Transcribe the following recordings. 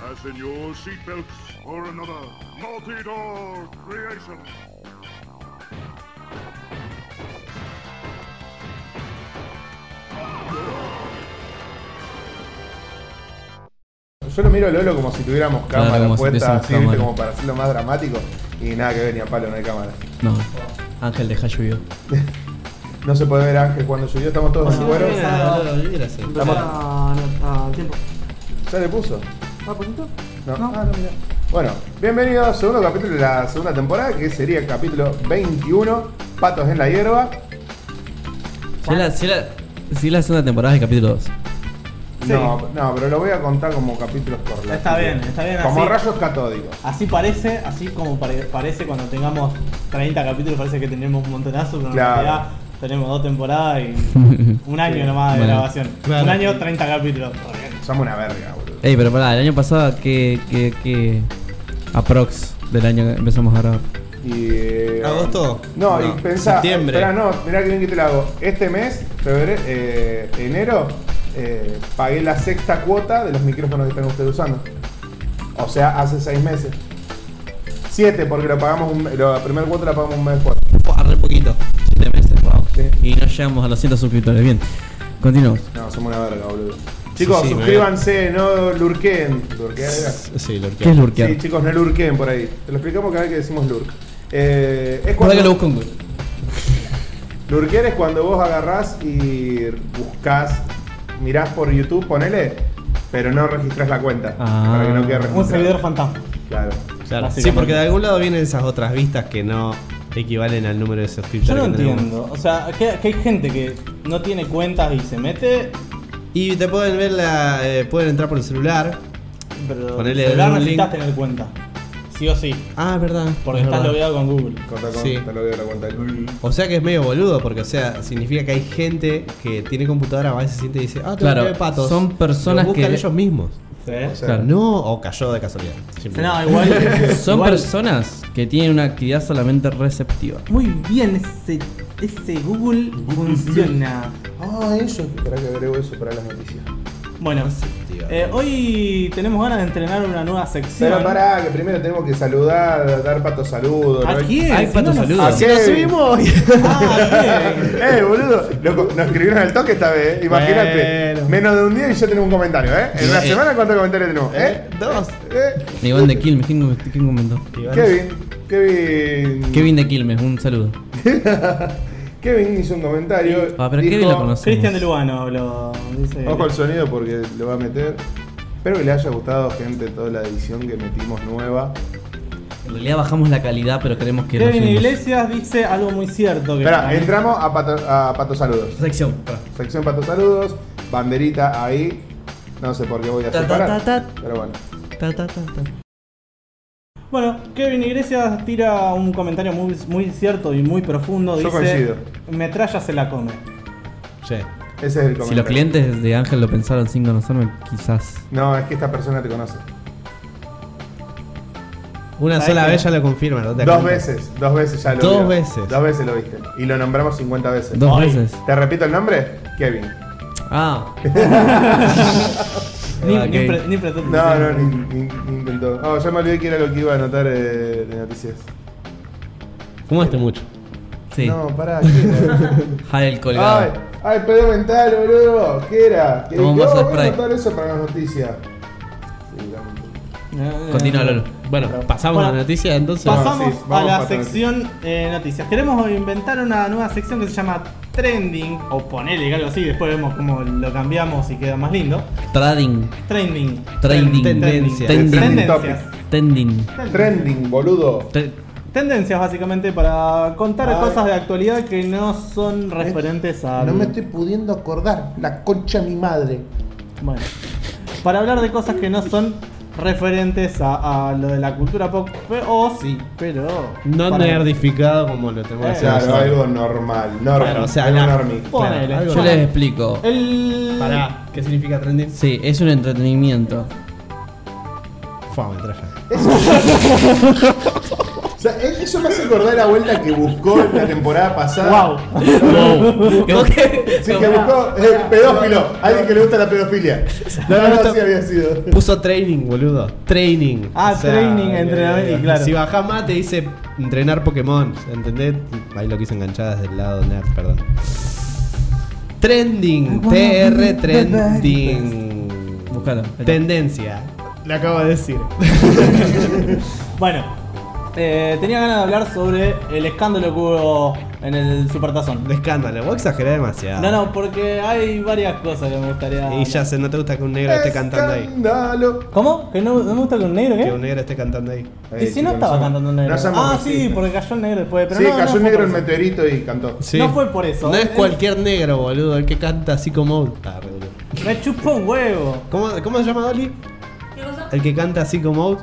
Fasten your seatbelts for another Naughty Dog creation. Yo lo miro a Lolo como si tuviéramos cámara como si puesta, tuviésemos así, ¿viste? cámara. Como para hacerlo más dramático. Y nada que ver, ni a palo, no hay cámara. No, Ángel deja lluvio. No se puede ver a Ángel cuando llovió, estamos todos en cuero. No, tiempo. ¿Ya le puso? ¿Va poquito? No. Ah, no, mira. Bueno, bienvenidos al segundo capítulo de la segunda temporada, que sería el capítulo 21, Patos en la Hierba. Si la segunda temporada es el capítulo 2. Sí. No, pero lo voy a contar como capítulos cortos. Está bien. Como así, rayos catódicos. así parece, así como parece cuando tengamos 30 capítulos, parece que tenemos un montonazo, pero Claro. en realidad tenemos 2 temporadas y un año Sí. nomás de Bueno, grabación. claro. Un año, 30 capítulos. Somos una verga, boludo. Ey, pero pará, el año pasado, ¿qué aprox del año que empezamos a grabar? Y, ¿Agosto? No, y pensá. Septiembre. Espera, no, mirá que bien que te lo hago. Este mes, febrero, enero, pagué la sexta cuota de los micrófonos que están ustedes usando. O sea, hace 6 meses. 7, porque lo pagamos la primera cuota la pagamos un mes después. Re poquito. 7 meses, wow. Sí. Y no llegamos a los 100 suscriptores. Bien, continuamos. No, somos una verga, boludo. Chicos, Sí, suscríbanse, no lurquen. ¿Lurquear era? Sí, lo ¿Qué es lurkear? Sí, chicos, no lurquen por ahí. Te lo explicamos cada vez que decimos lurk. Es Para cuando... que lo busco en Google. Lurkear es cuando vos agarrás y buscás, mirás por YouTube, ponele, pero no registrás la cuenta. Ah. Para que no quede Un registrado. servidor fantasma. Claro. Claro. Sí, Básicamente. porque de algún lado vienen esas otras vistas que no equivalen al número de suscriptores. Yo no que tenemos. entiendo. O sea, que hay gente que no tiene cuentas y se mete, Y te pueden ver pueden entrar por el celular. pero Ponele el celular un necesitas link. tener cuenta. Sí o sí. Ah, es verdad. Porque es estás verdad. logueado con Google. Corta con, Sí. te lo veo la cuenta del Google. O sea que es medio boludo, porque o sea, significa que hay gente que tiene computadora, va y se siente y dice, ah, tengo Claro, que ver patos. son personas Lo buscan que- ellos mismos. ¿Sí? O sea, Claro. No, o cayó de casualidad. No, igual. Son igual- personas que tienen una actividad solamente receptiva. Muy bien, ese Google funciona. Ah, eso. Esperá que agrego eso para las noticias. Bueno, hoy tenemos ganas de entrenar una nueva sección. Pero pará, que primero tenemos que saludar, dar patos saludos. ¿A ¿no? quién? Hay Si pato no nos- saludos. ¿A ¡Si Kevin? lo subimos! Ah, bien. Boludo, nos escribieron al toque esta vez, imagínate. Bueno. Menos de un día y ya tenemos un comentario, ¿eh? En una semana, ¿cuántos comentarios tenemos? Dos. Iván de Quilmes, ¿quién comentó? Kevin. Kevin de Quilmes, un saludo. Kevin hizo un comentario. Ah, pero dijo, Kevin lo conocemos. Cristian de Lugano lo dice. Ojo al sonido porque lo va a meter. Espero que le haya gustado, gente, toda la edición que metimos nueva. En realidad bajamos la calidad, pero queremos que lo Kevin subimos. Iglesias dice algo muy cierto. Que Espera, entramos a Pato Saludos. Sección. pará. Sección Pato Saludos, banderita ahí. No sé por qué voy a Ta, ta, separar. ta, ta. Pero bueno. Ta, ta, ta, ta. Bueno, Kevin Iglesias tira un comentario muy cierto y muy profundo. Yo Dice: coincido. Metralla se la come. Sí. Ese es el comentario. Si los clientes de Ángel lo pensaron sin conocerme, quizás. No, es que esta persona te conoce. Una ¿Sabes sola qué? vez ya lo confirma, ¿no? Dos veces ya lo Dos vio. veces. 2 veces lo viste. Y lo nombramos 50 veces. Dos Ay. veces. ¿Te repito el nombre? Kevin. Ah. Ni, Ok. ni prestó No, atención. ni intentó. Oh, ya me olvidé que era lo que iba a anotar de noticias. Fumaste mucho. Sí. No, pará, ¿qué era? Jael colgado. Ay, pedo mental, boludo. ¿Qué era? ¿Qué Toma un dije? vaso de Voy a Sprite. anotar eso para las noticias. Sí, dame un poco. Continúa, Lolo. Bueno, pasamos Bueno, a la noticia entonces. Pasamos sí, a vamos la para sección noticias. Queremos inventar una nueva sección que se llama Trending, o ponele algo así, después vemos cómo lo cambiamos y queda más lindo. Trading. Trending. Trending. Tendencias. Tending. Topic. Tending. Trending, boludo. Tendencias básicamente para contar Ay. cosas de actualidad que no son referentes a... No me estoy pudiendo acordar. La concha de mi madre. Bueno, para hablar de cosas que no son referentes a lo de la cultura pop, o sí, pero... No para- nerdificado como lo tenemos que hacer Claro, nosotros. algo normal. Normal. Claro, o sea, algo la- normie. Ponele. Claro, Yo les explico. El... Pará, ¿qué significa trending? Sí, es un entretenimiento. Fue metralla. O sea, eso me hace acordar la vuelta que buscó en la temporada pasada. Wow. ¿Cómo que? Sí, que buscó pedófilo, alguien que le gusta la pedofilia. No, así había sido. Puso training, boludo. Training. Training, entrenamiento, y claro. Si bajás más te dice entrenar Pokémon, ¿entendés? Ahí lo quise enganchar desde el lado nerd, perdón. Trending, TR trending. Búscalo. Tendencia. Le acabo de decir. Bueno, tenía ganas de hablar sobre el escándalo que hubo en el Supertazón. Un escándalo, vos exagerás demasiado. No, porque hay varias cosas que me gustaría. Y ya sé, no te gusta que un negro esté cantando ahí. Escándalo. ¿Cómo? ¿Que no me gusta que un negro Que qué? un negro esté cantando ahí. ¿Y si no estaba cantando un negro? No somos Sí, racistas. porque cayó el negro después. Pero Sí, no, cayó no un fue negro en por eso. meteorito y cantó. Sí. No fue por eso. No es cualquier negro, boludo. El que canta así como. Ah, boludo. Me chupó un huevo. ¿Cómo se llama, Dolly? ¿Qué cosa? El que canta así como.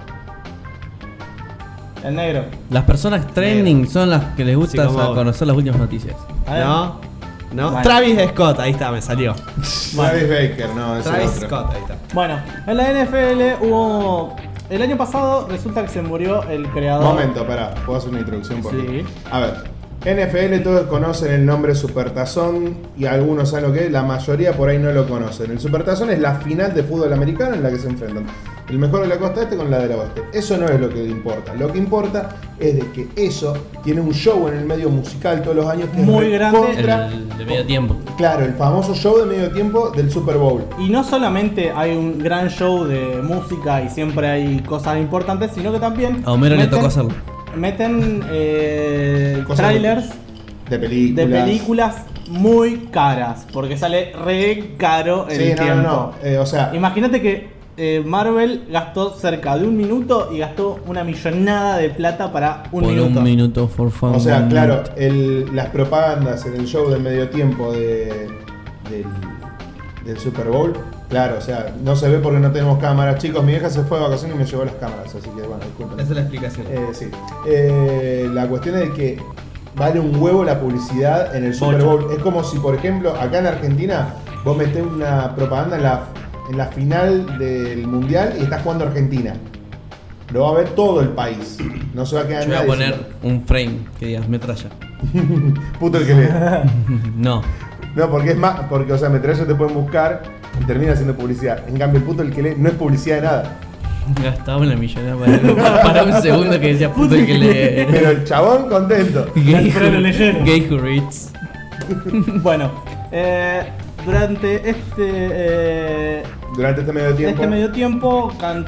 El negro. Las personas trending son las que les gusta Sí, como- conocer las últimas noticias. A ver. No. Bueno. Travis Scott, ahí está, me salió. Travis Baker, no, ese Travis otro. Scott, ahí está. Bueno, en la NFL hubo. El año pasado resulta que se murió el creador. Momento, pará, ¿puedo hacer una introducción? Por Sí. favor? A ver, NFL todos conocen el nombre Supertazón y algunos saben lo que es, la mayoría por ahí no lo conocen. El Supertazón es la final de fútbol americano en la que se enfrentan el mejor de la costa este con la de la oeste. Eso no es lo que importa. Lo que importa es de que eso tiene un show en el medio musical todos los años que Muy es grande. recontra- El de medio tiempo. Claro, el famoso show de medio tiempo del Super Bowl. Y no solamente hay un gran show de música y siempre hay cosas importantes, sino que también. A Homero le meten- tocó hacerlo. Meten Cosas trailers De películas. de películas muy caras. Porque sale re caro el Sí, tiempo. no. O sea, Imagínate que Marvel gastó cerca de 1 minuto y gastó una millonada de plata para un Por minuto. un minuto, for fun. o sea, one claro, minute. las propagandas en el show del medio tiempo del Super Bowl, claro, o sea, no se ve porque no tenemos cámaras. Chicos, mi vieja se fue de vacaciones y me llevó las cámaras, así que bueno, disculpen. Esa es la explicación. Sí. La cuestión es de que vale un huevo la publicidad en el Super Bowl. Es como si, por ejemplo, acá en Argentina, vos metés una propaganda en la final del Mundial y estás jugando Argentina. Lo va a ver todo el país. No se va a quedar Yo voy a nadie poner un frame que digas metralla. sin- Puto el que lee. No. No, porque es más, porque, o sea, metralla te pueden buscar y termina haciendo publicidad. En cambio, el puto el que lee no es publicidad de nada. Gastaba una millonada para un segundo que decía puto el que le. Pero el chabón contento. Gay Pero lo leyeron. Gay who reads. Bueno, durante Durante este medio tiempo. medio tiempo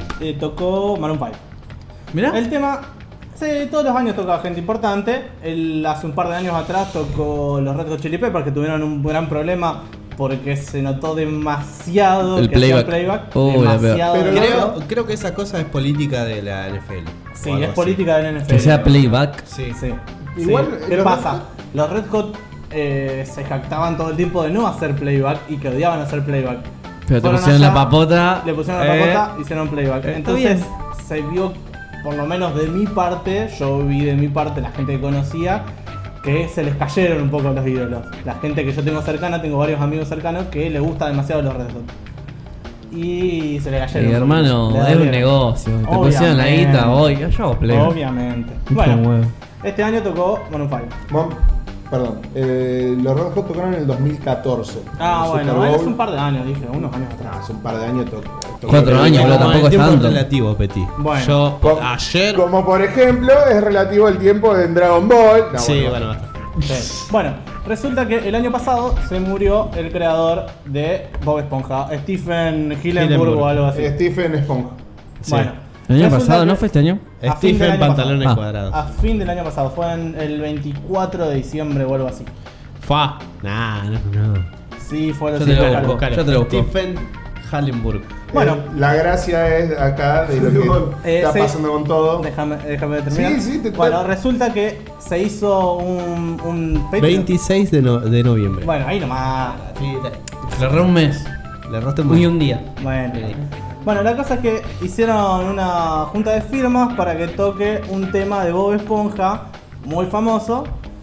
tocó Maroon 5. Mirá. El tema, sí, todos los años toca gente importante. Él hace un par de años atrás tocó los Red Hot Chili Peppers, que tuvieron un gran problema porque se notó demasiado El que hacían playback. Oh, demasiado. Pero demasiado. Creo que esa cosa es política de la NFL. Sí, o algo es así. política del NFL. Que sea playback. Sí. Sí. Igual, Sí. ¿Qué los pasa? Red Los Red Hot se jactaban todo el tiempo de no hacer playback y que odiaban hacer playback. Pero te Fueron pusieron allá, la papota. Le pusieron la papota, hicieron playback. está Entonces bien. se vio, por lo menos de mi parte, yo vi de mi parte la gente que conocía, que se les cayeron un poco los ídolos. La gente que yo tengo cercana, tengo varios amigos cercanos que les gusta demasiado los Red Hot. Y se les cayeron. Y un poco. hermano, Le es un dolieron. negocio. Te pusieron la Obviamente. guita, voy. Yo hago playback. Obviamente. Mucho Bueno, huevo. este año tocó Maroon 5. Perdón, los Red Hot tocaron en el 2014. Ah, El bueno, Super bueno, Bowl. hace un par de años, dije, unos años atrás. Hace un par de años tocó. 4 años, boludo, tampoco es tiempo tanto. relativo, Petit. Bueno. Yo Como, ayer. como por ejemplo, es relativo al tiempo en Dragon Ball. No, sí, bueno, basta. Sí. Bueno, resulta que el año pasado se murió el creador de Bob Esponja, Stephen Hillenburg o algo así. Stephen Esponja. Sí. Bueno, ¿El año resulta pasado que no fue este año? a fin del Stephen año Pantalones pasado. Cuadrados. a fin del año pasado, fue en el 24 de diciembre o algo así. Fa. Nah, no. Sí, fue Yo lo te lo siguiente. busco. Yo te lo busco. Stephen Hallenburg. Bueno. La gracia es acá de lo que está sí. pasando con todo. Déjame terminar. Sí, sí, bueno, resulta que se hizo un Patreon. 26 de noviembre. Bueno, ahí nomás. Le erré un mes. Le erraste Y un día. Bueno. Bueno, la cosa es que hicieron una junta de firmas para que toque un tema de Bob Esponja muy famoso,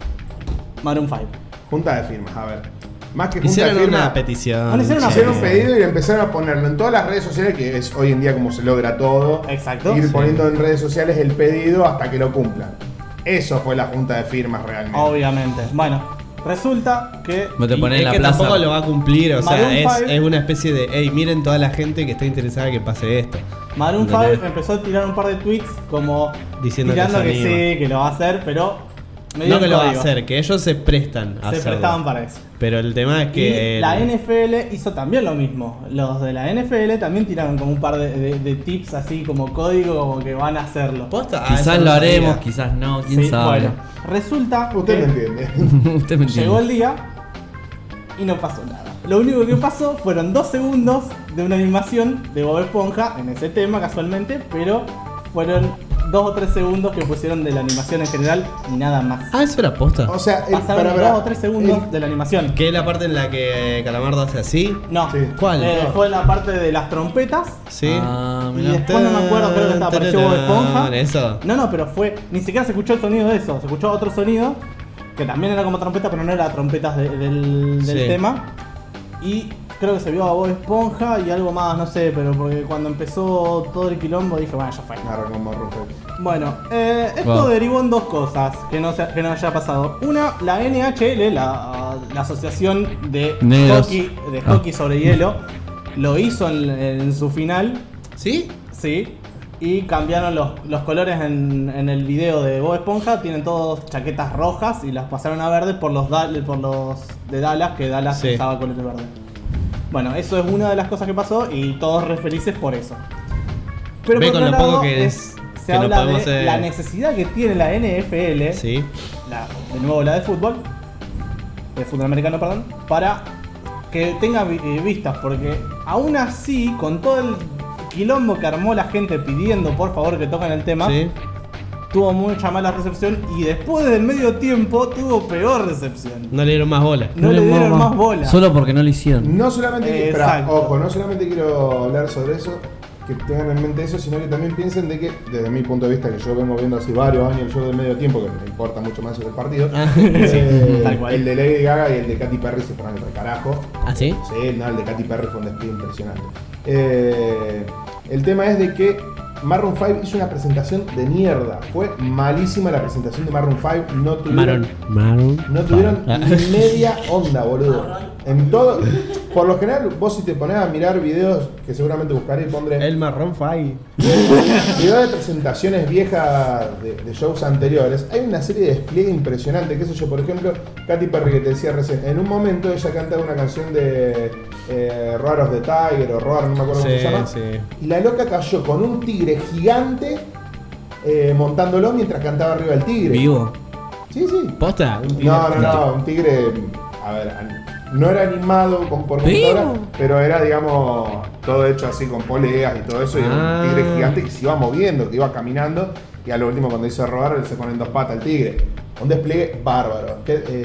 Maroon 5. Junta de firmas, a ver. Más que junta Hicieron de firmas. una petición. Bueno, hicieron una Hicieron un Sí. pedido y empezaron a ponerlo en todas las redes sociales, que es hoy en día como se logra todo. Exacto. Ir Sí. poniendo en redes sociales el pedido hasta que lo cumplan. Eso fue la junta de firmas realmente. Obviamente. Bueno, resulta que No te pones Es en la que plaza. tampoco lo va a cumplir, o sea, Maroon es 5. una especie de, hey, miren toda la gente que está interesada que pase esto. Maroon 5 ¿Entendés? empezó a tirar un par de tweets como Diciendo tirando que que se sí, que lo va a hacer, pero medio No que en lo va a código. hacer, que ellos se prestan a Se hacerlo. prestaban para eso. Pero el tema es que Y la NFL hizo también lo mismo. Los de la NFL también tiraron como un par de tips así como código, como que van a hacerlo. ¿Posta? Ah, Quizás eso no lo sabía. haremos, quizás no, quién Sí, sabe. bueno, resulta Usted me que entiende. Usted me entiende. llegó el día y no pasó nada. Lo único que pasó fueron 2 segundos de una animación de Bob Esponja en ese tema casualmente, pero fueron 2 o 3 segundos que pusieron de la animación en general y nada más. Ah, eso era posta. O sea, Pasaron 2 o 3 segundos de la animación. Que es la parte en la que Calamardo hace así. No, Sí. ¿Cuál? No. fue la parte de las trompetas. Sí. Ah, Y mirá. después no me acuerdo, creo que hasta apareció Bob Esponja. Eso. No, pero fue. Ni siquiera se escuchó el sonido de eso. Se escuchó otro sonido. Que también era como trompeta, pero no era trompetas del Sí. tema. Y creo que se vio a Bob Esponja y algo más, no sé. Pero porque cuando empezó todo el quilombo dije, bueno, ya fue. Agarra con Maroon 5. Bueno, esto Wow. derivó en 2 cosas que no haya pasado. Una, la NHL, la asociación de Negros. hockey sobre hielo, lo hizo en su final. ¿Sí? Sí, y cambiaron los colores en el video de Bob Esponja. Tienen todos chaquetas rojas y las pasaron a verde por los de Dallas, que Dallas Sí. usaba colores verdes. Bueno, eso es una de las cosas que pasó y todos re felices por eso. Pero Ve por con otro lo poco lado, que se que no habla de podemos, la necesidad que tiene la NFL, Sí. de nuevo la de fútbol americano, perdón, para que tenga vistas, porque aún así, con todo el quilombo que armó la gente pidiendo por favor que toquen el tema, Sí. tuvo mucha mala recepción y después del medio tiempo tuvo peor recepción. No le dieron más bola. No le dieron más bola. Solo porque no lo hicieron. No solamente, Exacto. ojo, no solamente quiero hablar sobre eso, que tengan en mente eso, sino que también piensen de que, desde mi punto de vista, que yo vengo viendo hace varios años el show de medio tiempo, que me importa mucho más el partido, tal cual. el de Lady Gaga y el de Katy Perry se fueron al carajo. ¿Ah, sí? Sí, no, el de Katy Perry fue un despido impresionante. El tema es de que Maroon 5 hizo una presentación de mierda. Fue malísima la presentación de Maroon 5. No tuvieron, no tuvieron ni media onda, boludo. En todo, por lo general, vos si te pones a mirar videos que seguramente buscaré y pondré El marrón fai. videos de presentaciones viejas de shows anteriores, hay una serie de despliegue impresionante. Qué sé yo, por ejemplo, Katy Perry, que te decía recién, en un momento ella canta una canción de Roar of the Tiger o Roar, no me acuerdo cómo se llama. Sí. Y la loca cayó con un tigre gigante montándolo mientras cantaba arriba del tigre. Vivo. Sí, sí. ¿Posta? No, un tigre, a ver, no era animado por computadora, pero era, digamos, todo hecho así con poleas y todo eso, y era un tigre gigante que se iba moviendo, que iba caminando, y a lo último cuando hizo robar se pone en 2 patas el tigre. Un despliegue bárbaro.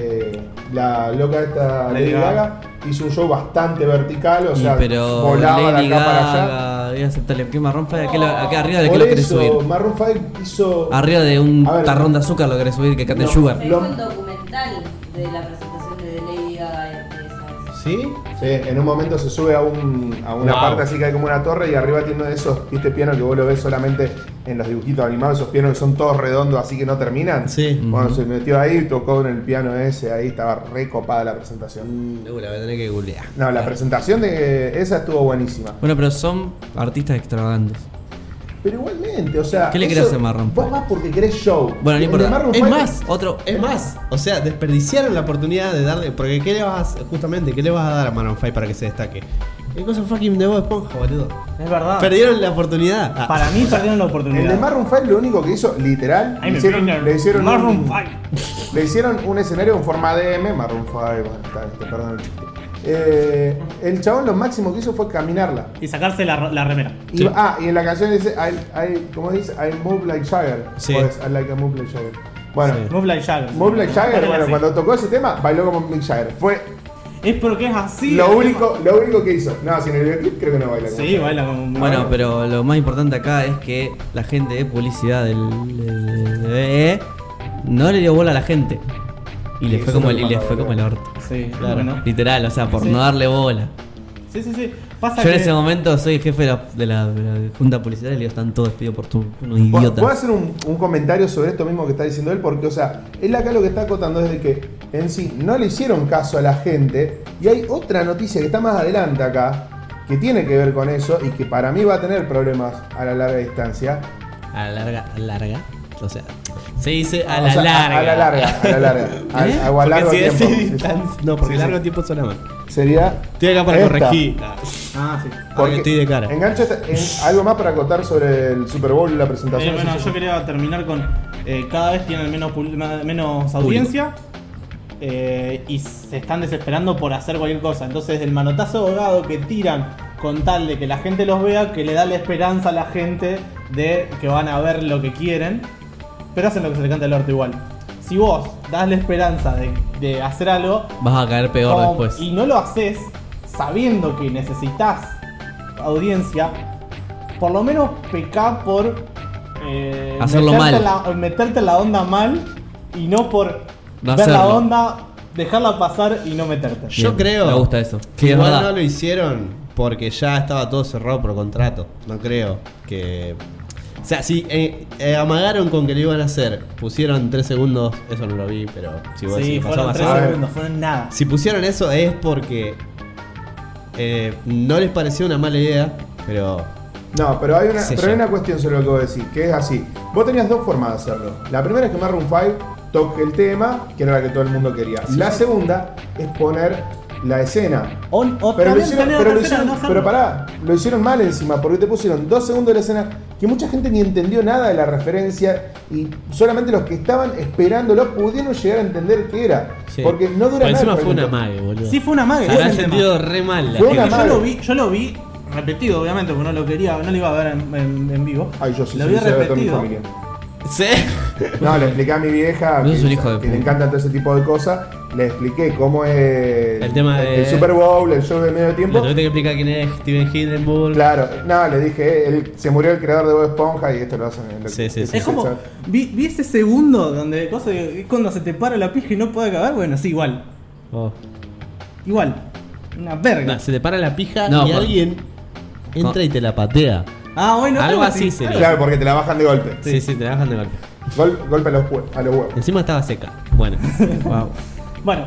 La loca esta Lady Gaga hizo un show bastante vertical, o sea, pero volaba Lady de acá para allá. Gaga, voy a aceptarle. ¿Qué marrón fue? Acá arriba de qué Por lo querés eso, subir. Maroon 5 hizo... Arriba de un A ver, tarrón de azúcar lo querés subir que cante No. Sugar. Se hizo un documental de la presentación de Lady Gaga de esa vez. ¿Sí? Sí, en un momento se sube a una Wow. parte así que hay como una torre y arriba tiene uno de esos, viste, pianos que vos lo ves solamente en los dibujitos animados, esos pianos que son todos redondos así que no terminan. Sí. Bueno, se metió ahí, tocó en el piano ese, ahí estaba re copada la presentación. La voy a tener que googlear. No, la presentación de esa estuvo buenísima. Bueno, pero son artistas extravagantes. Pero igualmente, o sea... ¿Qué le eso- querés hacer Maroon Vos 5? vas porque querés show. Bueno, no El de importa. Maroon Es 5 más, es más, o sea, desperdiciaron la oportunidad de darle. Porque ¿qué le vas, justamente, qué le vas a dar a Maroon 5 para que se destaque? ¿Qué cosa fucking de Bob Esponja, boludo? Es verdad. Perdieron la oportunidad. Ah, Para mí perdieron la El oportunidad. de Maroon 5 lo único que hizo, literal, I'm le a hicieron winner. Maroon un, 5. le hicieron un escenario en forma DM, Maroon 5, bueno, perdón el chiste. El chabón lo máximo que hizo fue caminarla. Y sacarse la remera. Y, y en la canción dice, ¿cómo dice? I move like Jagger. Sí. O es, I like a move like Jagger. Bueno, Sí. Move like Jagger. Move like Jagger, Ponele bueno, así. cuando tocó ese tema, bailó como Mick Jagger. Fue Es porque es así. lo el único que hizo. No, si en el videoclip creo que no baila tema. como Sí, Jagger. baila como. Bueno, pero lo más importante acá es que la gente de publicidad del no le dio bola a la gente. Y le Sí, fue eso como es lo que le más fue como el valora. orto. Sí, Claro, bueno. literal, o sea, por Sí. no darle bola. Sí. Pasa Yo en que ese momento soy jefe de la junta policial y le digo, están todos despedidos por unos idiotas. Voy a hacer un comentario sobre esto mismo que está diciendo él, porque, o sea, él acá lo que está acotando es de que en sí no le hicieron caso a la gente, y hay otra noticia que está más adelante acá, que tiene que ver con eso, y que para mí va a tener problemas a la larga distancia. A la larga. O sea, se dice a O la sea, larga. A la larga. A Porque largo si tiempo. decís Sí, sí. no, porque Sí, largo sí. tiempo suena mal. Sería. Estoy acá para esta. corregir. Ah, sí. Porque estoy de cara. Engancha algo más para acotar sobre el Super Bowl y la presentación. Bueno, Sí, sí. yo quería terminar con cada vez tienen menos audiencia y se están desesperando por hacer cualquier cosa. Entonces el manotazo ahogado que tiran con tal de que la gente los vea, que le da la esperanza a la gente de que van a ver lo que quieren, pero hacen lo que se le canta el orto igual. Si vos das la esperanza de hacer algo Vas a caer peor después. y no lo haces sabiendo que necesitas audiencia, por lo menos pecá por Hacerlo meterte en la onda mal y no por No ver la hacerlo. onda, dejarla pasar y no meterte. Yo creo. Me gusta eso. Que Sí, es igual verdad. no lo hicieron porque ya estaba todo cerrado por contrato. No creo que. O sea, si amagaron con que lo iban a hacer, pusieron 3 segundos, eso no lo vi, pero si vos Sí, decís, pasó fueron más 3 a ver. segundos, fueron nada. Si pusieron eso es porque no les pareció una mala idea, pero No, pero hay Sé pero yo. hay una cuestión sobre lo que vos decís, que es así. Vos tenías dos formas de hacerlo. La primera es que Maroon 5 toque el tema, que era la que todo el mundo quería. La segunda es poner la escena. O Pero lo también hicieron, tener pero otra lo escena, hicieron, no hacerlo. pero pará, lo hicieron mal encima, porque te pusieron 2 segundos de la escena que mucha gente ni entendió nada de la referencia y solamente los que estaban esperándolo pudieron llegar a entender qué era. sí. Porque no dura Por nada. encima el fue una fragmento. mague, boludo. Sí, fue una mague, Se ese habrá es el sentido re mal la Fue gente. una mague. Yo lo vi repetido, obviamente, porque no lo iba a ver en vivo. Ay, yo sí lo sí, vi se ve a toda mi repetido. familia. Sí. No, le expliqué a mi vieja Vos que, sos un hijo de que le puta. encanta todo ese tipo de cosas. Le expliqué cómo es El tema de- el Super Bowl, el show de medio Le tiempo. tuviste que explicar quién es Steven Hillenburg. Claro, no, le dije, se murió el creador de Bob Esponja y esto lo hacen en lo Sí, sí, sí. Es como, vi ese segundo donde es cuando se te para la pija y no puede acabar. Bueno, sí, igual. Oh. Igual. Una verga. No, se te para la pija No, y por- alguien entra y te la patea. Ah, bueno, Algo pero así sí. sería. Claro, porque te la bajan de golpe. Sí, sí, te la bajan de golpe. Golpe a los huevos. Encima estaba seca. Bueno. Wow. Bueno,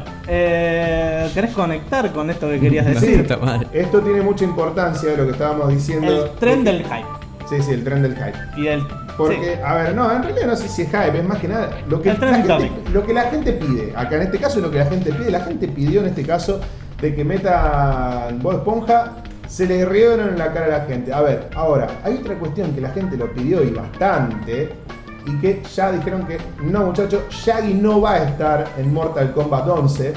¿querés conectar con esto que querías decir? Puta madre. Esto tiene mucha importancia, lo que estábamos diciendo. El tren del hype. Sí, sí, el tren del hype. Y del. Porque, sí. a ver, no, en realidad no sé si es hype, es más que nada lo que, El tren topic. lo que la gente pide. Acá en este caso es lo que la gente pide. La gente pidió en este caso de que metan Bob Esponja. Se le rieron en la cara a la gente. A ver, ahora, hay otra cuestión que la gente lo pidió y bastante. Y que ya dijeron que no, muchachos, Shaggy no va a estar en Mortal Kombat 11.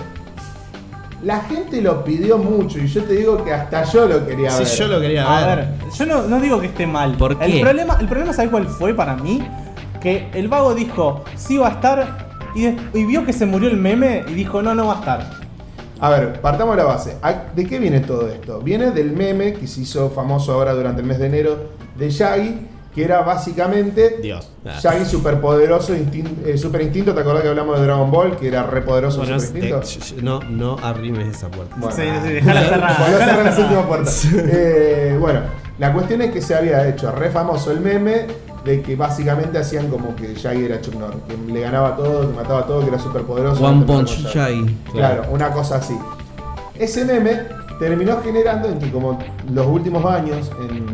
La gente lo pidió mucho y yo te digo que hasta yo lo quería Si ver. yo lo quería A ver. ver, yo no digo que esté mal. ¿Por qué? El problema, ¿sabes cuál fue para mí? Que el vago dijo, sí va a estar, y vio que se murió el meme y dijo, no va a estar. A ver, partamos de la base. ¿De qué viene todo esto? Viene del meme que se hizo famoso ahora durante el mes de enero de Shaggy, que era básicamente Dios. Shaggy superpoderoso, super instinto. ¿Te acordás que hablamos de Dragon Ball? Que era re poderoso Bueno, super instinto. no arrimes esa puerta. Bueno, Sí, dejala cerrada. Volvió a dejala cerrar las cerrada. últimas puertas. Bueno, la cuestión es que se había hecho re famoso el meme de que básicamente hacían como que Shaggy era Chuck Norris, que le ganaba todo, que mataba todo, que era superpoderoso. One no te Punch mataba Shaggy. Claro, una cosa así. Ese meme terminó generando en que como los últimos años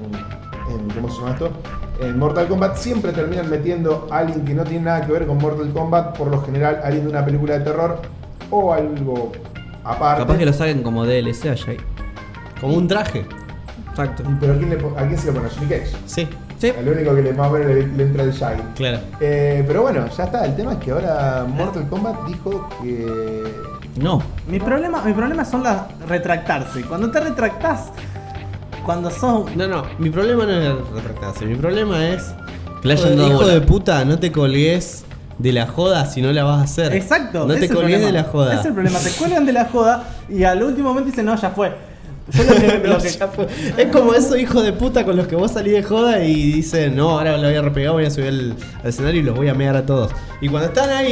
en ¿cómo se llama esto? En Mortal Kombat siempre terminan metiendo a alguien que no tiene nada que ver con Mortal Kombat, por lo general alguien de una película de terror o algo aparte. Capaz que lo saquen como DLC a Shaggy. Como un traje. Exacto. Pero ¿a quién se lo pone? ¿A Johnny Cage? Sí, Sí. El único que más o menos le entra el Shaggy. claro. Pero bueno, ya está. El tema es que ahora Mortal Kombat dijo que... No. Mi problema son las retractarse. Cuando te retractás, cuando sos. No, mi problema no es retractarse. Mi problema es. Que le hayan dado Hijo bola. de puta, no te colgues de la joda si no la vas a hacer. Exacto. No ese te es el colgues de problema. la joda. Ese es el problema. Te cuelgan de la joda y al último momento dicen, no, ya fue. Yo lo que- No, lo que- ya fue. Es como esos hijos de puta con los que vos salís de joda y dicen, no, ahora lo voy a repegar, voy a subir al escenario y los voy a mear a todos. Y cuando están ahí,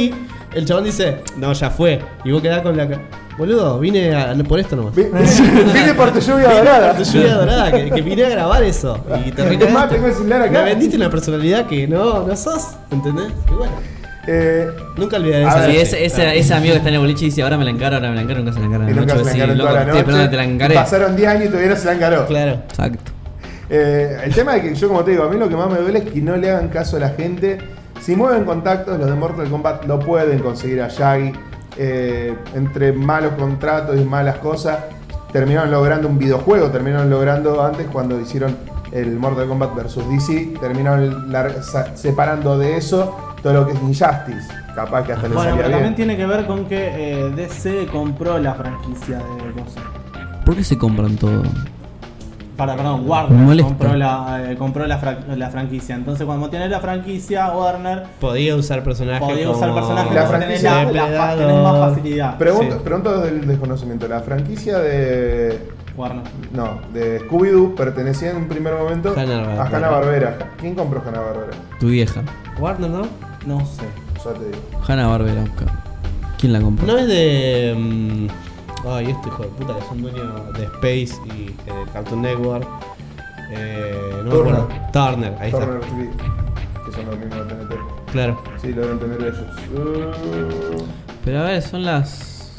el chabón dice, no, ya fue. Y vos quedás con la boludo, vine por esto nomás. Vine por tu lluvia dorada. Tu lluvia dorada, que vine a grabar eso. Y te Es más, tengo el celular acá. Me vendiste una personalidad que no sos, ¿entendés? Y bueno, nunca olvidaré a esa ver, Sí, ese amigo que está en el boliche y dice, ahora me la encaro, nunca se la encara. Y nunca se la encaró en toda la Estoy esperando que te la noche. encaré. Pasaron 10 años y todavía no se la encaró. Claro. Exacto. El tema es que yo, como te digo, a mí lo que más me duele es que no le hagan caso a la gente. Si mueven contactos, los de Mortal Kombat lo pueden conseguir a Yagi. Entre malos contratos y malas cosas, terminaron logrando un videojuego. Terminaron logrando antes, cuando hicieron el Mortal Kombat vs DC, terminaron separando de eso todo lo que es Injustice. Capaz que hasta les Bueno, salía pero bien. también tiene que ver con que DC compró la franquicia de cosas. ¿Por qué se compran todo? Perdón, Me Warner molesta. compró la franquicia. Entonces, cuando tenés la franquicia, Warner Podía usar personajes. podía usar personajes, La entonces tenés, franquicia tenés más facilidad. Pregunto del desconocimiento. La franquicia de. Warner. No, de Scooby-Doo pertenecía en un primer momento Hanna-Barbera. a Hanna-Barbera. ¿Quién compró Hanna-Barbera? Tu vieja. Warner, ¿no? No sé. Ya te digo. Hanna-Barbera. ¿Quién la compró? No es de. Ay, este hijo de puta que son dueños de Space y Cartoon Network. No me Turner. acuerdo. Turner, ahí está. Turner TV, que son los mismos de TNT. Claro. Sí, lo deben tener ellos. Pero a ver, son las...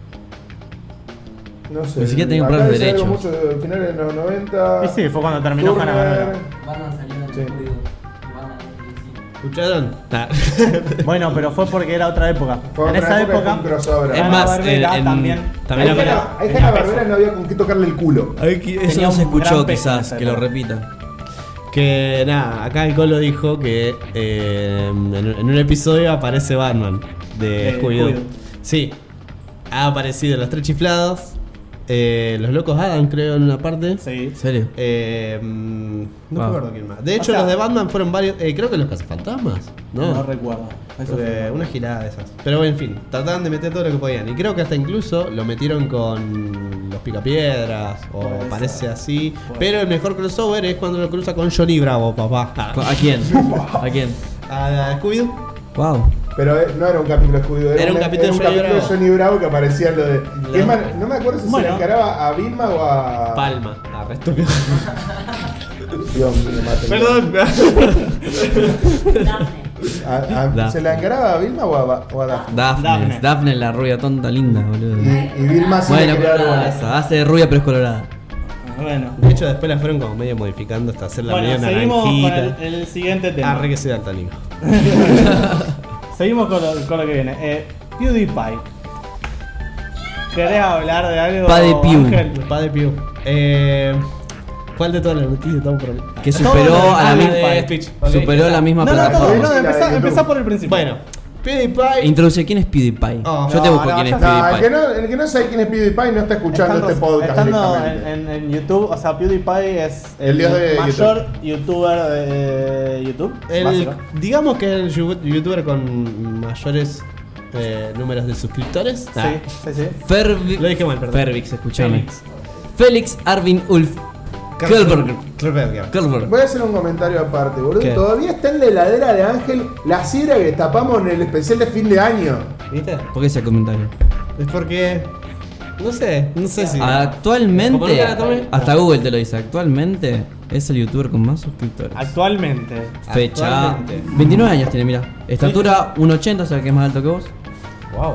No sé. Ni siquiera tenía que Acá comprar los dice algo derechos. mucho de finales de los 90. Y sí, fue cuando terminó Turner. Hanna-Barbera. Batman salió en el Sí. estudio. Batman en DC. ¿Escucharon? Ah. Bueno, pero fue porque era otra época. Fue En otra esa época, época, fue un crossover. Es más, Hanna-Barbera también. también Ahí Hanna-Barbera no había con qué tocarle el culo. Eso Tenía no se un gran escuchó peso en quizás, esa que lo época. repita. Que nada, acá el Colo dijo que en un episodio aparece Batman de Scooby-Doo. Scooby-Doo. Sí, ha aparecido los tres chiflados, los locos Adam, creo, en una parte. Sí. ¿En serio? No me Wow. acuerdo quién más. De hecho, O sea, los de Batman fueron varios. Creo que los cazafantasmas. No recuerdo. Eso fue. Una girada de esas. Pero en fin, trataban de meter todo lo que podían. Y creo que hasta incluso lo metieron con los Picapiedras. O Puede parece ser. así. Puede Pero el mejor crossover es cuando lo cruza con Johnny Bravo, papá. ¿A quién? ¿A quién? A Scooby-Doo. Wow. Pero no era un capítulo de Scooby-Doo, Era un capítulo de Johnny de Bravo. Johnny Bravo que aparecía lo de. No. Es más, no me acuerdo si se Bueno. le encaraba a Vilma o a. Palma. Estúpido. Dios mío, maten. Perdón. Daphne. ¿Se la encaraba a Vilma o a Daphne? Daphne. Daphne la rubia tonta linda, boludo. Y Vilma sí Bueno, le quería dar colorada bola. esa. Hace de rubia pero es colorada. Bueno. De hecho, después la fueron como medio modificando hasta hacerla Bueno, medio seguimos con naranjita. el siguiente tema. Arre que soy daltónico. Seguimos con lo que viene. PewDiePie. ¿Querés hablar de algo? Padre Pew. Ángel? Padre Pew. ¿Cuál de todas las noticias estamos por Que Todo superó a la de misma. Twitch. Superó la misma No, plataforma. Sí, la de empezá YouTube. por el principio. Bueno, PewDiePie. Introduce, ¿quién es PewDiePie? Oh, Yo te no, busco no, quién es ya No, PewDiePie. el que no sabe quién es PewDiePie no está escuchando este podcast estando directamente. en YouTube, o sea, PewDiePie es El dios de mayor youtuber de YouTube. básico. Digamos que el youtuber con mayores números de suscriptores. Sí, sí, sí. Lo dije mal, perdón. Fervix, escuchame. Félix. Félix Arvin Ulf Kjellberg. Voy a hacer un comentario aparte, boludo. ¿Qué? Todavía está en la heladera de Ángel la sidra que tapamos en el especial de fin de año. ¿Viste? ¿Por qué ese comentario? Es porque. No sé si. Ah, Como Actualmente, nunca la tomé. hasta Google te lo dice, actualmente es el youtuber con más suscriptores. Actualmente. Fecha. Actualmente. 29 años tiene, mira. Estatura 1,80, o sea que es más alto que vos. Wow.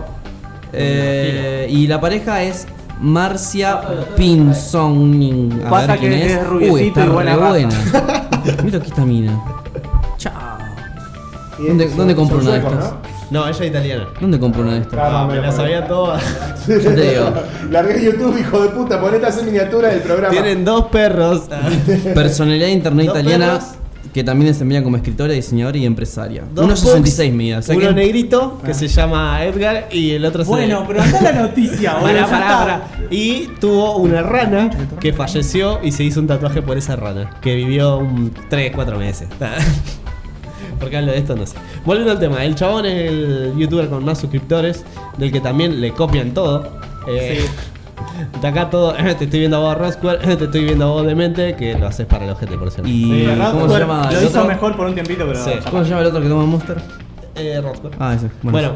Y la pareja es Marcia Pinson. A Pasa ver quién que es. es rubiecito está y buena re raza. buena. Mira aquí está mina. Chao. Y ¿Dónde- son- dónde compro son una de suecos, estas? No, ella es italiana. ¿Dónde compro una de estas? Ah, Me la sabía toda. ¿no? Yo te digo. Largué YouTube, hijo de puta, ponete a hacer miniatura del programa. Tienen dos perros. Personalidad de internet Dos italiana perros. que también desempeña como escritora, diseñadora y empresaria. Dos 1,66 pugs, mide. O sea uno que negrito que se llama Edgar y el otro Bueno, pero anda la noticia, boludo. Pará, ya pará, está. pará. Y tuvo una rana que falleció y se hizo un tatuaje por esa rana. Que vivió 3-4 meses. Porque hablo de esto, no sé. Volviendo al tema, el chabón es el youtuber con más suscriptores, del que también le copian todo. Sí. De acá todo, te estoy viendo a vos Rosquare, te estoy viendo a vos Demente, que lo haces para el ojete, por cierto. Y Sí, ¿cómo se Roswell llama lo el hizo otro? mejor por un tiempito, pero. Sí. ya ¿Cómo se llama el otro que toma Monster? Roscoe. Ah, ese. Bueno,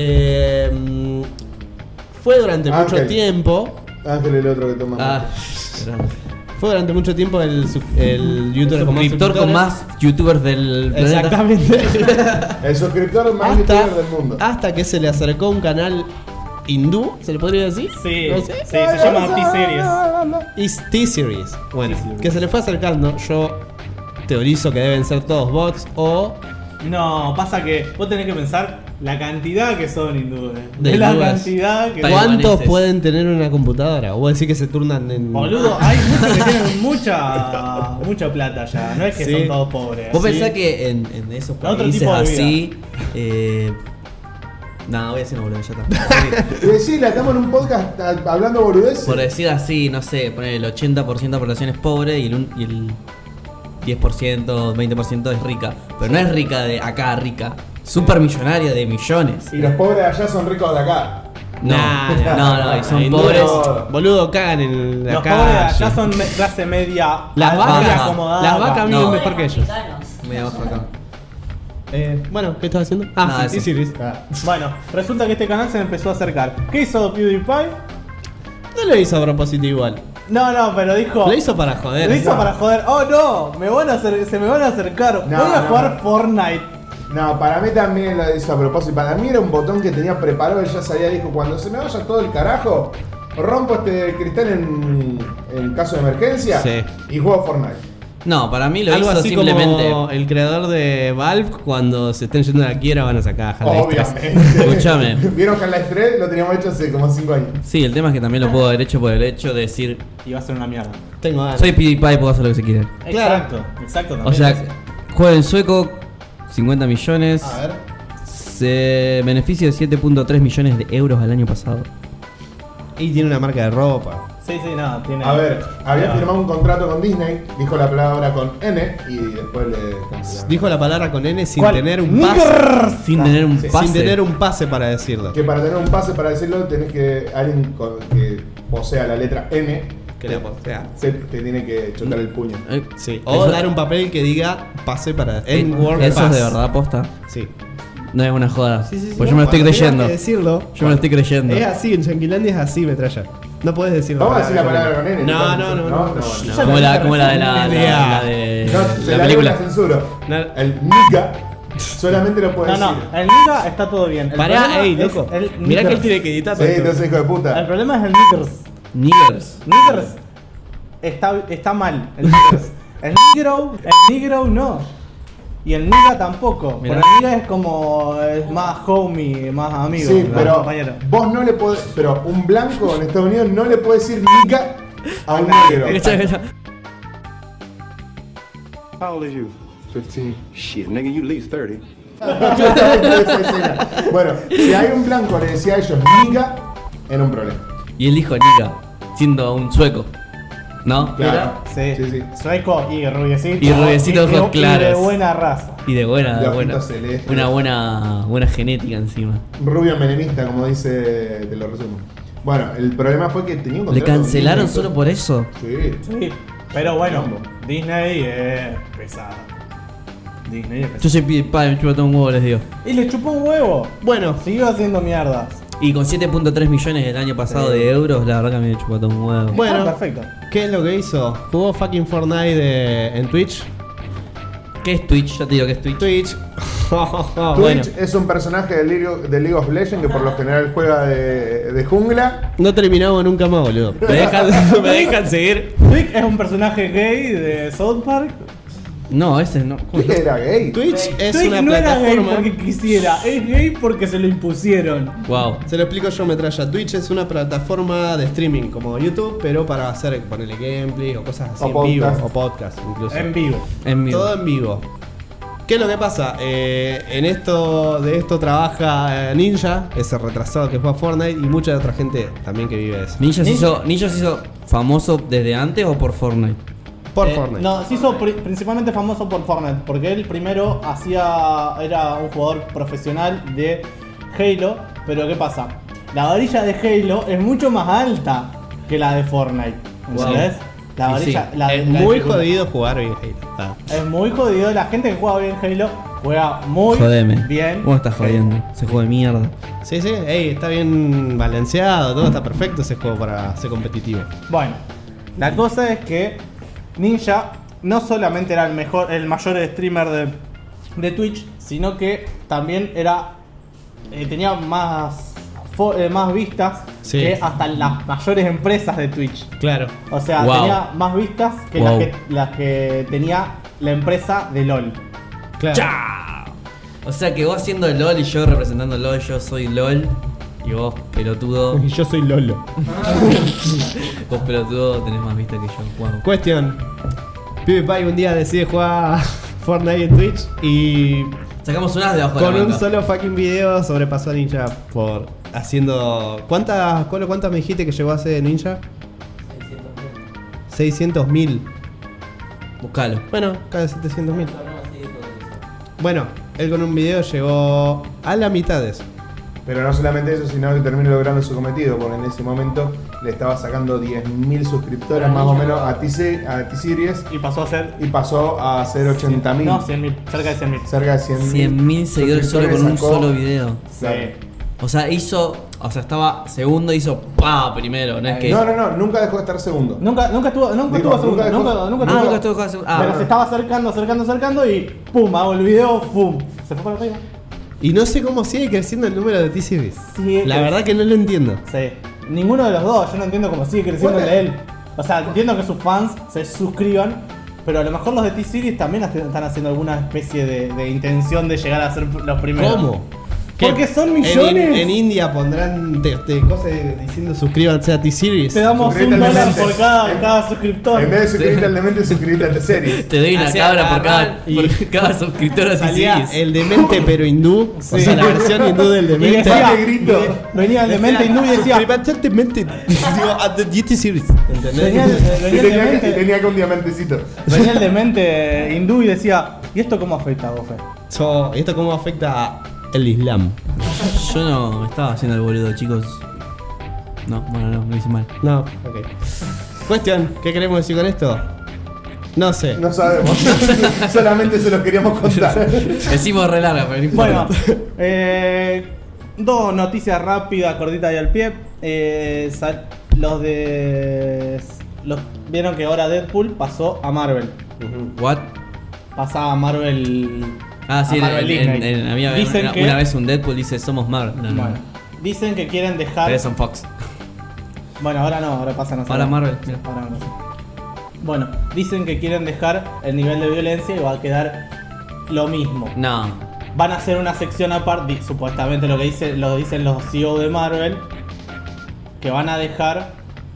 fue durante mucho Ángel. tiempo. Ángel el otro que toma. Ah, Fue durante mucho tiempo el youtuber con más suscriptor con suscriptores. más youtubers del planeta. Exactamente. El suscriptor más hasta, youtuber del mundo. hasta que se le acercó un canal hindú, ¿se le podría decir? Sí, No sé. sí, se llama T-Series. T-Series. Bueno, que se le fue acercando. Yo teorizo que deben ser todos bots o No, pasa que vos tenés que pensar la cantidad que son hindúes. De De la hindúes. cantidad que Taiwaneses. ¿cuántos pueden tener una computadora? O vos decís que se turnan en. Boludo, hay muchos que tienen mucha plata ya. No es que Sí. son todos pobres. ¿Vos Sí. pensás que en esos Otro países tipo de vida. así... no, voy a decir una boludez, ya está. Y decirle, estamos en un podcast hablando boludeces. Por decir así, no sé, poner el 80% de la población es pobre y el 10%, 20% es rica. Pero no es rica de acá, rica. Super millonaria de millones. Y los pobres de allá son ricos de acá. No, no, y son Ahí pobres. no. Boludo, cagan en la Los calle. pobres de allá son clase media. Las alta, vacas, acomodada. las vacas viven No. mejor que ellos. Americanos. Muy abajo acá. Bueno, ¿qué estás haciendo? Nada, sí, eso. T-Series. Bueno, resulta que este canal se me empezó a acercar. ¿Qué hizo PewDiePie? No lo hizo a propósito igual. No, pero dijo. Lo hizo para joder. Lo hizo para joder. Oh no, se me van a acercar. No, Voy a no. jugar Fortnite. No, para mí también lo hizo a propósito. Para mí era un botón que tenía preparado. Él ya sabía, dijo, cuando se me vaya todo el carajo, rompo este cristal en caso de emergencia Sí. y juego Fortnite. No, para mí lo Algo hizo así simplemente. como el creador de Valve, cuando se estén yendo a la quiebra van a sacar a Half-Life 3. Obviamente. Escuchame. ¿Vieron Half-Life 3? Lo teníamos hecho hace como 5 años. Sí, el tema es que también lo puedo haber hecho por el hecho de decir, Y va a ser una mierda. Tengo ganas. soy PewDiePie, puedo hacer lo que se quiera. Claro. Exacto. O sea, juega en sueco, 50 millones. A ver. Beneficio de 7.3 millones de euros al año pasado. Y tiene una marca de ropa. Sí, no, tiene. A ver, había No. firmado un contrato con Disney, dijo la palabra con N y después le. Dijo la palabra con N sin ¿Cuál? tener un pase. Nigger. Sin tener un sí, pase. Sin tener un pase para decirlo. Que para tener un pase para decirlo tenés que. Alguien que posea la letra N Que la posea. te tiene que chocar el puño. Sí. O Eso- dar un papel que diga pase para N-word Eso pass. es de verdad posta. Sí. No es una joda. Sí, sí, sí. Pues yo me lo estoy Cuando creyendo. tengas que decirlo. Yo me lo estoy creyendo. Es así, en Yanquilandia es así, metralla. No puedes decirlo. Vamos a decir la palabra con N. No, no, no. no. Como la de la de No, se la la película. censuro. No. El Nika solamente lo puede No, decir. el Nigga está todo bien. El Pará, problema ey, es loco. el Mirá que él niggers. tiene que editar Sí, todo esto. entonces hijo de El puta. problema es el Niggers. Niggers. Niggers está mal. El Niggers. El Negro no. Y el Nigga tampoco. Mirá. Porque el Nigga es como. Es más homie, más amigo. Sí, más pero compañero. vos no le podés. Pero un blanco en Estados Unidos no le puede decir Nika a un negro. How old is you? 15. Shit, nigga, you at least 30. Bueno, si hay un blanco le decía a ellos Nika, era un problema. Y él dijo Nika, siendo un sueco. ¿No? Claro. Sí. Sí. Sueco y rubiecito. Y rubiecito, ojos y de claros. buena raza. Y de buena, De de buena. ojitos celestes. Una buena genética encima. Rubio menemista, como dice, te lo resumo. Bueno, el problema fue que tenía un ¿Le contrato con cancelaron Disney. solo por eso? Sí. Sí. Pero bueno, Quilombo. Disney es pesado. Disney es pesado. Yo soy PewDiePie, me chupa todo un huevo, les digo. Y le chupó un huevo. Bueno, Siguió haciendo mierdas. Y con 7.3 millones el año pasado de euros, la verdad que me chupa todo un huevo. bueno. Ah, perfecto. ¿Qué es lo que hizo? Jugó fucking Fortnite en Twitch. ¿Qué es Twitch? Ya te digo que es Twitch. Twitch. Twitch Bueno, es un personaje de League of Legends que por lo general juega de jungla. no terminamos nunca más, boludo. Me dejan seguir. Twig es un personaje gay de South Park. No, ese no. Twitch era gay. Twitch es Twig una no era gay plataforma. porque quisiera, es gay porque se lo impusieron. Wow. Se lo explico yo, metralla. Twitch es una plataforma de streaming como YouTube, pero para hacer, ponerle gameplay o cosas así O en vivo. podcast. O podcast, incluso. En vivo. En vivo. Todo en vivo. ¿Qué es lo que pasa? De esto trabaja Ninja, ese retrasado que juega Fortnite, y mucha otra gente también que vive de eso. ¿Ninja se hizo famoso desde antes o por Fortnite? Por Fortnite. No, se hizo principalmente famoso por Fortnite, porque él primero era un jugador profesional de Halo, pero ¿qué pasa? La varilla de Halo es mucho más alta que la de Fortnite, ¿entendés? La Y varilla, sí, la es la muy dificultad. jodido jugar bien Halo. Ah. Es muy jodido, la gente que juega bien Halo Juega muy Jodeme. bien. ¿Cómo estás jodiendo? Se juega de mierda. Sí, sí, ey, está bien balanceado, todo está perfecto ese juego para ser competitivo. Bueno, la cosa es que Ninja no solamente era el mayor streamer de Twitch, sino que también era tenía más vistas Sí. que hasta las mayores empresas de Twitch. Claro. O sea, Wow. tenía más vistas que, Wow. las que tenía la empresa de LOL. Claro. ¡Chao! O sea que vos haciendo LOL y yo representando LOL, yo soy LOL. Y vos, pelotudo, Y yo soy Lolo. vos pelotudo tenés más vista que yo. Wow. Cuestión. PewDiePie un día decide jugar Fortnite en Twitch y Sacamos unas de abajo de con la un manga. solo fucking video sobrepasó a Ninja por haciendo... ¿Cuántas me dijiste que llegó a hacer Ninja? 600.000. Buscalo. Bueno, casi 700.000. Bueno, él con un video llegó a la mitad de eso. Pero no solamente eso, sino que terminó logrando su cometido, porque en ese momento le estaba sacando 10.000 suscriptores más o menos a T-Series Y pasó a ser. y pasó a ser 80.000. No, 100.000. Cerca de 100.000. Cerca de 100.000. 100.000 seguidores solo con un sacó. solo video. Claro. O sea, estaba segundo, hizo pa primero, no es que. No, nunca dejó de estar segundo. Nunca estuvo Digo, segundo. nunca dejó- Nunca Ah, estuvo. nunca estuvo con segundo. Pero Ah, se estaba acercando y pum, hago el video, pum. Se fue para arriba. Y no sé cómo sigue creciendo el número de T-Series. Sí, La verdad que no lo entiendo. Sí. Ninguno de los dos, yo no entiendo cómo sigue creciendo el de él. O sea, entiendo que sus fans se suscriban, pero a lo mejor los de T-Series también están haciendo alguna especie de intención de llegar a ser los primeros. ¿Cómo? Porque son millones. En India pondrán cosas diciendo suscríbanse a T-Series. Te damos Suscríbete al $1 demente. por cada suscriptor. En vez de suscribirte al demente, suscribirte al T-Series. te doy una Hacía cabra por agarrar por cada suscriptor de Salía T-Series. el demente pero hindú. O Sí. sea, la versión hindú del Y demente. decía, grito. venía el demente hindú y decía, Suscríbete al demente. Digo, a The T-Series. venía ¿Entendés? el Y demente, tenía que un diamantecito. venía el demente hindú y decía, ¿y esto cómo afecta a vos, Fe? So, ¿esto cómo afecta el Islam? Yo no me estaba haciendo el boludo, chicos. No, bueno, no, lo hice mal. No, ok. Cuestión, ¿qué queremos decir con esto? No sé. No sabemos. Solamente se los queríamos contar. Decimos re larga, pero no importa. Bueno, dos noticias rápidas, cortitas y al pie. Vieron que ahora Deadpool pasó a Marvel. What? Pasa a Marvel. Ah, sí, a Marvel Disney. había Dicen una, que- una vez un Deadpool dice somos Marvel. No, no. Bueno, dicen que quieren dejar. Ustedes son Fox. Bueno, ahora no, ahora pasan a ser. Ahora Marvel, mira. Ahora no sé. Bueno, dicen que quieren dejar el nivel de violencia y va a quedar lo mismo. No. Van a hacer una sección aparte, supuestamente lo dicen los CEO de Marvel, que van a dejar,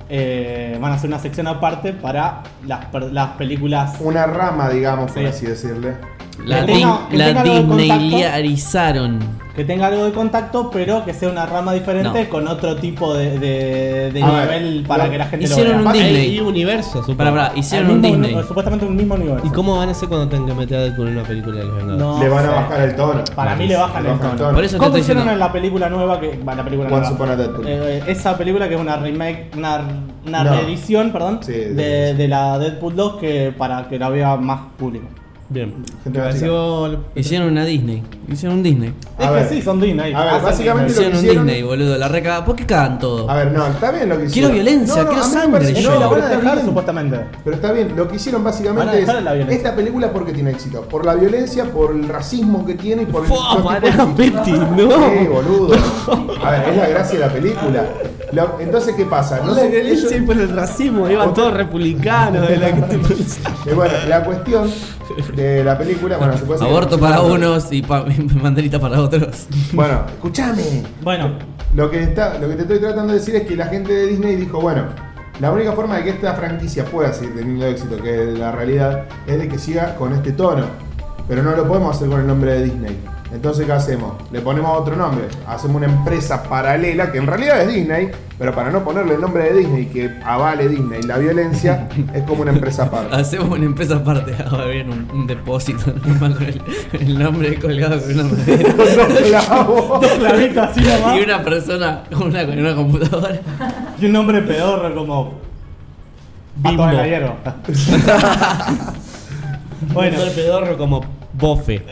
van a hacer una sección aparte para las películas. Una rama, digamos, por Sí. así decirle. La, Que tenga- que la tenga algo de contacto. Disneylizaron. Que tenga algo de contacto, pero que sea una rama diferente No. con otro tipo de A nivel ver, para lo- que la gente hicieron lo un vea. Disney. Hay universo, supongo. Pará, hicieron Al un mismo- Disney. Supuestamente un mismo universo. ¿Y cómo van a hacer cuando tengan que meter a Deadpool en una película de los Vengadores? No Le van a sé. bajar el tono. Para mí le bajan el tono. Por eso te ¿Cómo estoy hicieron diciendo. en la película nueva que la película Once nueva? Upon a Deadpool. Esa película que es una remake, una No. reedición, perdón, Sí, de la Deadpool 2 que para que la vea más público. Bien. Gente Me más pareció- Hicieron una Disney. Hicieron un Disney. Es A que ver. sí, son Disney. A ver, Hacen básicamente Disney. lo que Hicieron un hicieron- Disney, boludo. La reca. ¿Por qué cagan todo? A ver, no, está bien lo que Quiero hicieron. violencia, quiero a mí me sangre, parece- yo. No, la pero van a está dejar bien. supuestamente. Pero está bien, lo que hicieron Van a básicamente es dejar la violencia. esta película porque tiene éxito, por la violencia, por el racismo que tiene y por el Fua, todo tipo pará, de- Betty, no. Sí, boludo. A ver, es la gracia de la película. Entonces, ¿qué pasa? No la violencia y por el racismo, iban todos republicanos de la Bueno, la cuestión de la película, bueno, se puede hacer- Aborto para unos y mandarita para otros. Bueno, escúchame. Bueno, Lo que te estoy tratando de decir es que la gente de Disney dijo, bueno, la única forma de que esta franquicia pueda seguir teniendo éxito, que es la realidad, es de que siga con este tono. Pero no lo podemos hacer con el nombre de Disney. Entonces, ¿qué hacemos? Le ponemos otro nombre. Hacemos una empresa paralela, que en realidad es Disney, pero para no ponerle el nombre de Disney que avale Disney la violencia, es como una empresa aparte. Hacemos una empresa aparte. Ahora bien, un depósito normal con el nombre colgado con una madera. Dos clavos. dos clavitos así nomás. Y una persona con una computadora. Y un nombre pedorro como. Bimbo. Pato de la hierba. Bueno, el pedorro como Bofe.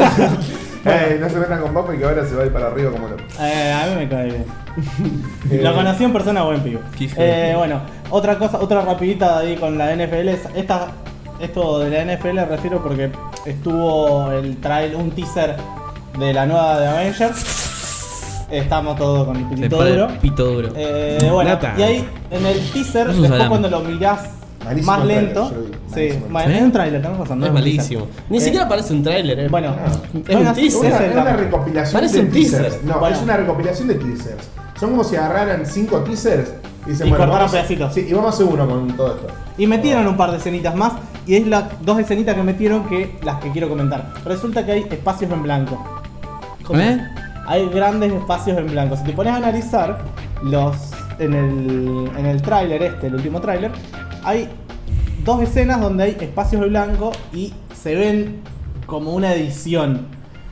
No se metan con Buffy que ahora se va a ir para arriba como loco. A mí me cae bien. Lo conocí en persona, buen pibe. Bueno, otra cosa, otra rapidita ahí con la NFL. Esto de la NFL refiero porque estuvo un teaser de la nueva de Avengers. Estamos todos con el pitito duro. Pito duro. Bueno, Nata. y ahí en el teaser, Eso después salame. cuando lo mirás Malísimo más el trailer, lento. yo vi. Sí, Malísimo el bueno, es un trailer, estamos pasando. Es un teaser. malísimo. Ni siquiera parece un tráiler, Bueno, es un Es teaser. una recopilación Parece de un teaser. teasers. No, Bueno. es una recopilación de teasers. Son como si agarraran 5 teasers y dicen, Y bueno, cortaron vamos a- pedacitos. Sí, y vamos a hacer uno con todo esto. Y metieron un par de escenitas más. Y es las dos escenitas que metieron que las que quiero comentar. Resulta que hay espacios en blanco. Hay grandes espacios en blanco. Si te pones a analizar en el tráiler el último tráiler, hay dos escenas donde hay espacios en blanco y se ven como una edición.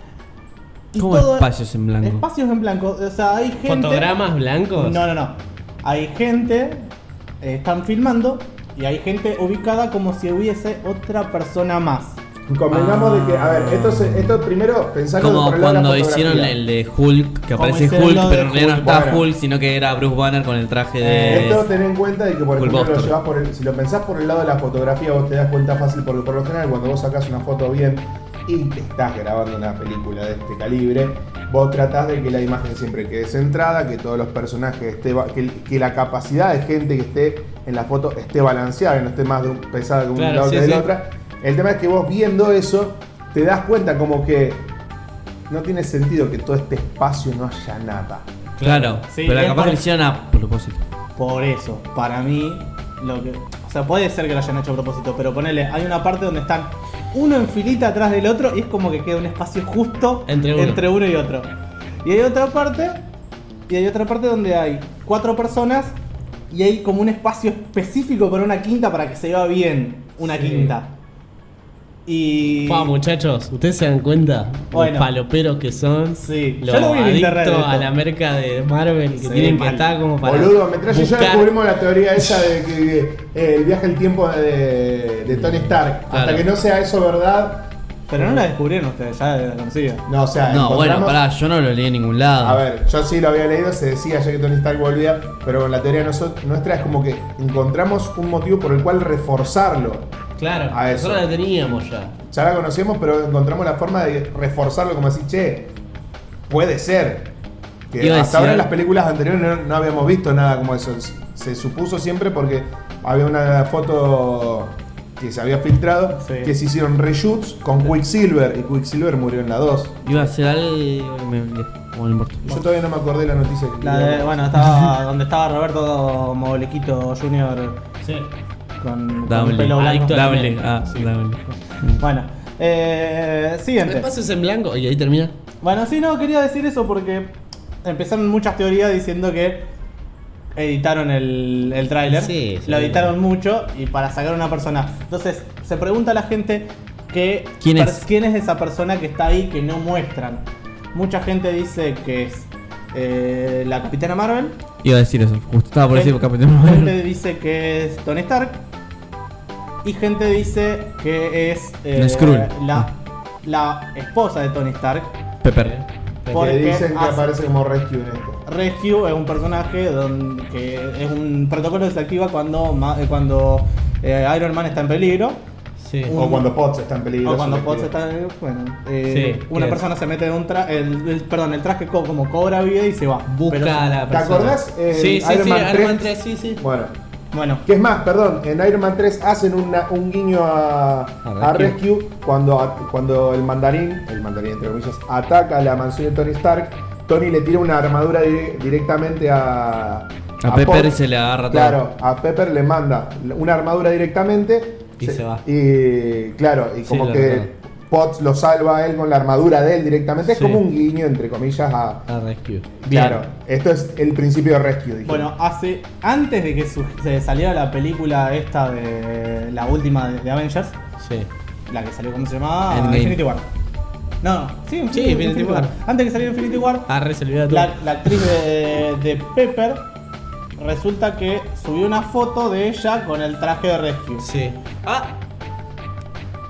Y ¿Cómo espacios en blanco? Espacios en blanco, o sea, hay gente. ¿Fotogramas blancos? No. Hay gente, están filmando y hay gente ubicada como si hubiese otra persona más. Convengamos de que, a ver, esto primero pensando Como por el lado de la cuando fotografía. hicieron el de Hulk, que aparece hicieron Hulk, lo pero de en realidad no Hulk, estaba bueno. Hulk, sino que era Bruce Banner con el traje de. Esto ten en cuenta de que, por ejemplo, Hulkbuster. lo llevas si lo pensás por el lado de la fotografía, vos te das cuenta fácil, porque por lo general cuando vos sacás una foto bien y te estás grabando una película de este calibre, vos tratás de que la imagen siempre quede centrada, que todos los personajes que la capacidad de gente que esté en la foto esté balanceada, que no esté más pesada de un Claro, lado sí, que del sí. otro. El tema es que vos viendo eso, te das cuenta como que no tiene sentido que todo este espacio no haya nada. Claro, Sí, pero es capaz por- lo hicieron a propósito. Por eso, para mí, o sea, puede ser que lo hayan hecho a propósito, pero ponele, hay una parte donde están uno en filita atrás del otro y es como que queda un espacio justo Entre uno. y otro. Y hay otra parte donde hay 4 personas y hay como un espacio específico con una quinta para que se vea bien una quinta. Y Muchachos, ¿ustedes se dan cuenta? Bueno. Los paloperos que son. Sí, Los yo lo vi en internet adictos esto. a la merca de Marvel que Sí, tienen que mal. estar como para. Boludo, mientras yo ya buscar- descubrimos la teoría esa de que el viaje al tiempo de Tony Stark, hasta Claro. que no sea eso verdad. Pero no la descubrieron ustedes, ya la conocían. No, o sea, No, bueno, encontramos- pará, yo no lo leí en ningún lado. A ver, yo sí lo había leído, se decía ya que Tony Stark volvía, pero con la teoría nuestra es como que encontramos un motivo por el cual reforzarlo. Claro, A eso. nosotros la teníamos ya. Ya la conocíamos, pero encontramos la forma de reforzarlo, como decir, che, puede ser. Que Iba a hasta ahora en decir- las películas anteriores no habíamos visto nada como eso. Se supuso siempre porque había una foto que se había filtrado, Sí. que se hicieron reshoots con Quicksilver, y Quicksilver murió en la 2. Iba a hacer algo y me olvidé. Bueno, no importa. Yo todavía no me acordé de la noticia que Bueno, estaba donde estaba Roberto Molequito Jr. Sí. con Dable. pelo blanco. Adicto. Dable. Ah, dable. Bueno, siguiente. Espacios en blanco y ahí termina. Bueno, sí, no, quería decir eso porque empezaron muchas teorías diciendo que editaron el tráiler. Sí, sí. Lo editaron mucho y para sacar a una persona. Entonces, se pregunta a la gente que ¿Quién es? ¿quién es esa persona que está ahí que no muestran? Mucha gente dice que es la Capitana Marvel. Iba a decir eso. Justo estaba por decir Capitán Marvel. Gente dice que es Tony Stark. Y gente dice que es Un Skrull. la esposa de Tony Stark. Pepper. que Porque dicen que hace- aparece como Rescue en esto. Rescue es un personaje que es un protocolo que se activa cuando Iron Man está en peligro. Sí. O cuando Potts está en peligro. O cuando se Potts activa. está. Bueno, Sí, una que- persona se mete en un traje. El traje como cobra vida y se va. Busca Pero- a la ¿Te persona. acordás? Sí, sí, Iron sí, Man Iron 3. Man 3, sí, sí. Bueno, Bueno, que es más, perdón, en Iron Man 3 hacen un guiño a Rescue cuando el mandarín entre comillas, ataca la mansión de Tony Stark. Tony le tira una armadura directamente a Pepper Potts. y se le agarra todo. Claro, a Pepper le manda una armadura directamente Y se va. Y claro, y como lo que recuerdo. Potts lo salva a él con la armadura de él directamente. Es Sí. como un guiño entre comillas a. A Rescue. Claro, esto es el principio de Rescue. Dije. bueno, antes de que se saliera la película esta de la última de Avengers, Sí. la que salió, ¿cómo se llamaba? Endgame. Infinity War. No, sí, Infinity War. Antes que saliera Infinity War, Se olvidó todo. la actriz de Pepper resulta que subió una foto de ella con el traje de Rescue. Sí.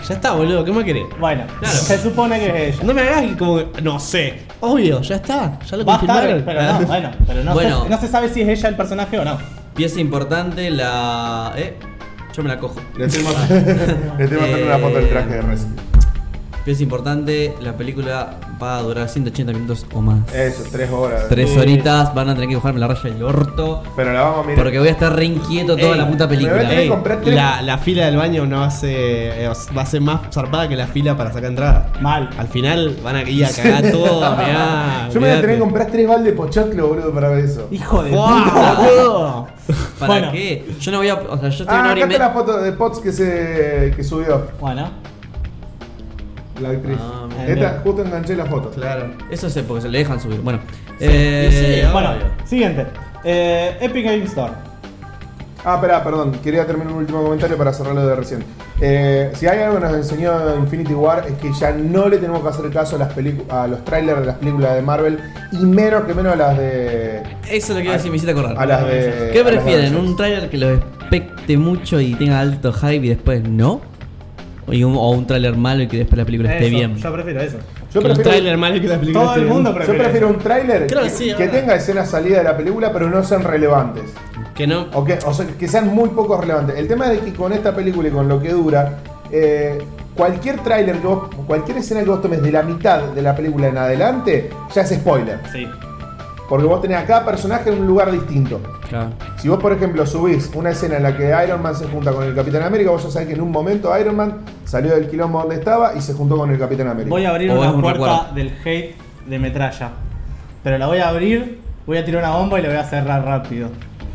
Ya está, boludo, ¿qué más querés? Bueno, Claro. se supone que es ella. No me hagas como que, no sé. Obvio, ya está. Ya lo Va a estar, confirmaron. pero no, bueno, pero no, Bueno. no se sabe si es ella el personaje o no. Pieza importante, la. Yo me la cojo. Le estoy mostrando una foto del traje de Resident. Pieza importante, la película va a durar 180 minutos o más. Eso, 3 horas. 3 Sí. horitas, van a tener que dibujarme la raya del orto. Pero la vamos a mirar. Porque voy a estar re inquieto toda Ey, la puta me voy a película. tener que comprar tres. La fila del baño no va a ser más zarpada que la fila para sacar entrada. Mal. Al final van a ir a cagar todo, mirá. Yo me voy a tener que olvidate. comprar 3 baldes de pochoclo, boludo, para ver eso. Hijo de ¡Fua! puta, boludo. ¿Para Bueno. qué? Yo no voy a. O sea, yo estoy una Ah, hora y acá está la media. foto de Potts que subió Bueno, la actriz. Ah, Esta, justo enganché la foto. Claro. Eso sé, porque se le dejan subir. Bueno. sí, bueno, obvio. siguiente. Epic Game Store. Ah, perdón, quería terminar un último comentario para cerrar lo de recién. Si hay algo que nos enseñó Infinity War es que ya no le tenemos que hacer caso a los trailers de las películas de Marvel y menos a las de. Eso es lo que iba a decir, me hiciste acordar. A las de. ¿Qué a las de prefieren? Avengers. ¿Un trailer que lo expecte mucho y tenga alto hype y después no? ¿O un trailer malo y que después la película esté Eso, bien? Yo prefiero eso. Yo Que el prefiero, trailer malo y que la película Todo esté el bien. mundo yo prefiere prefiero eso. un tráiler Creo que, que sí, es que verdad. tenga escenas salida de la película pero no sean relevantes. Que no. O sea, que sean muy poco relevantes. El tema es que con esta película y con lo que dura, cualquier tráiler cualquier escena que vos tomes de la mitad de la película en adelante, ya es spoiler. Sí. Porque vos tenés a cada personaje en un lugar distinto. Claro. Si vos, por ejemplo, subís una escena en la que Iron Man se junta con el Capitán América, vos ya sabés que en un momento Iron Man salió del quilombo donde estaba y se juntó con el Capitán América. Voy a abrir O es una un puerta recuerdo. del hate de metralla. Pero la voy a abrir, voy a tirar una bomba y la voy a cerrar rápido.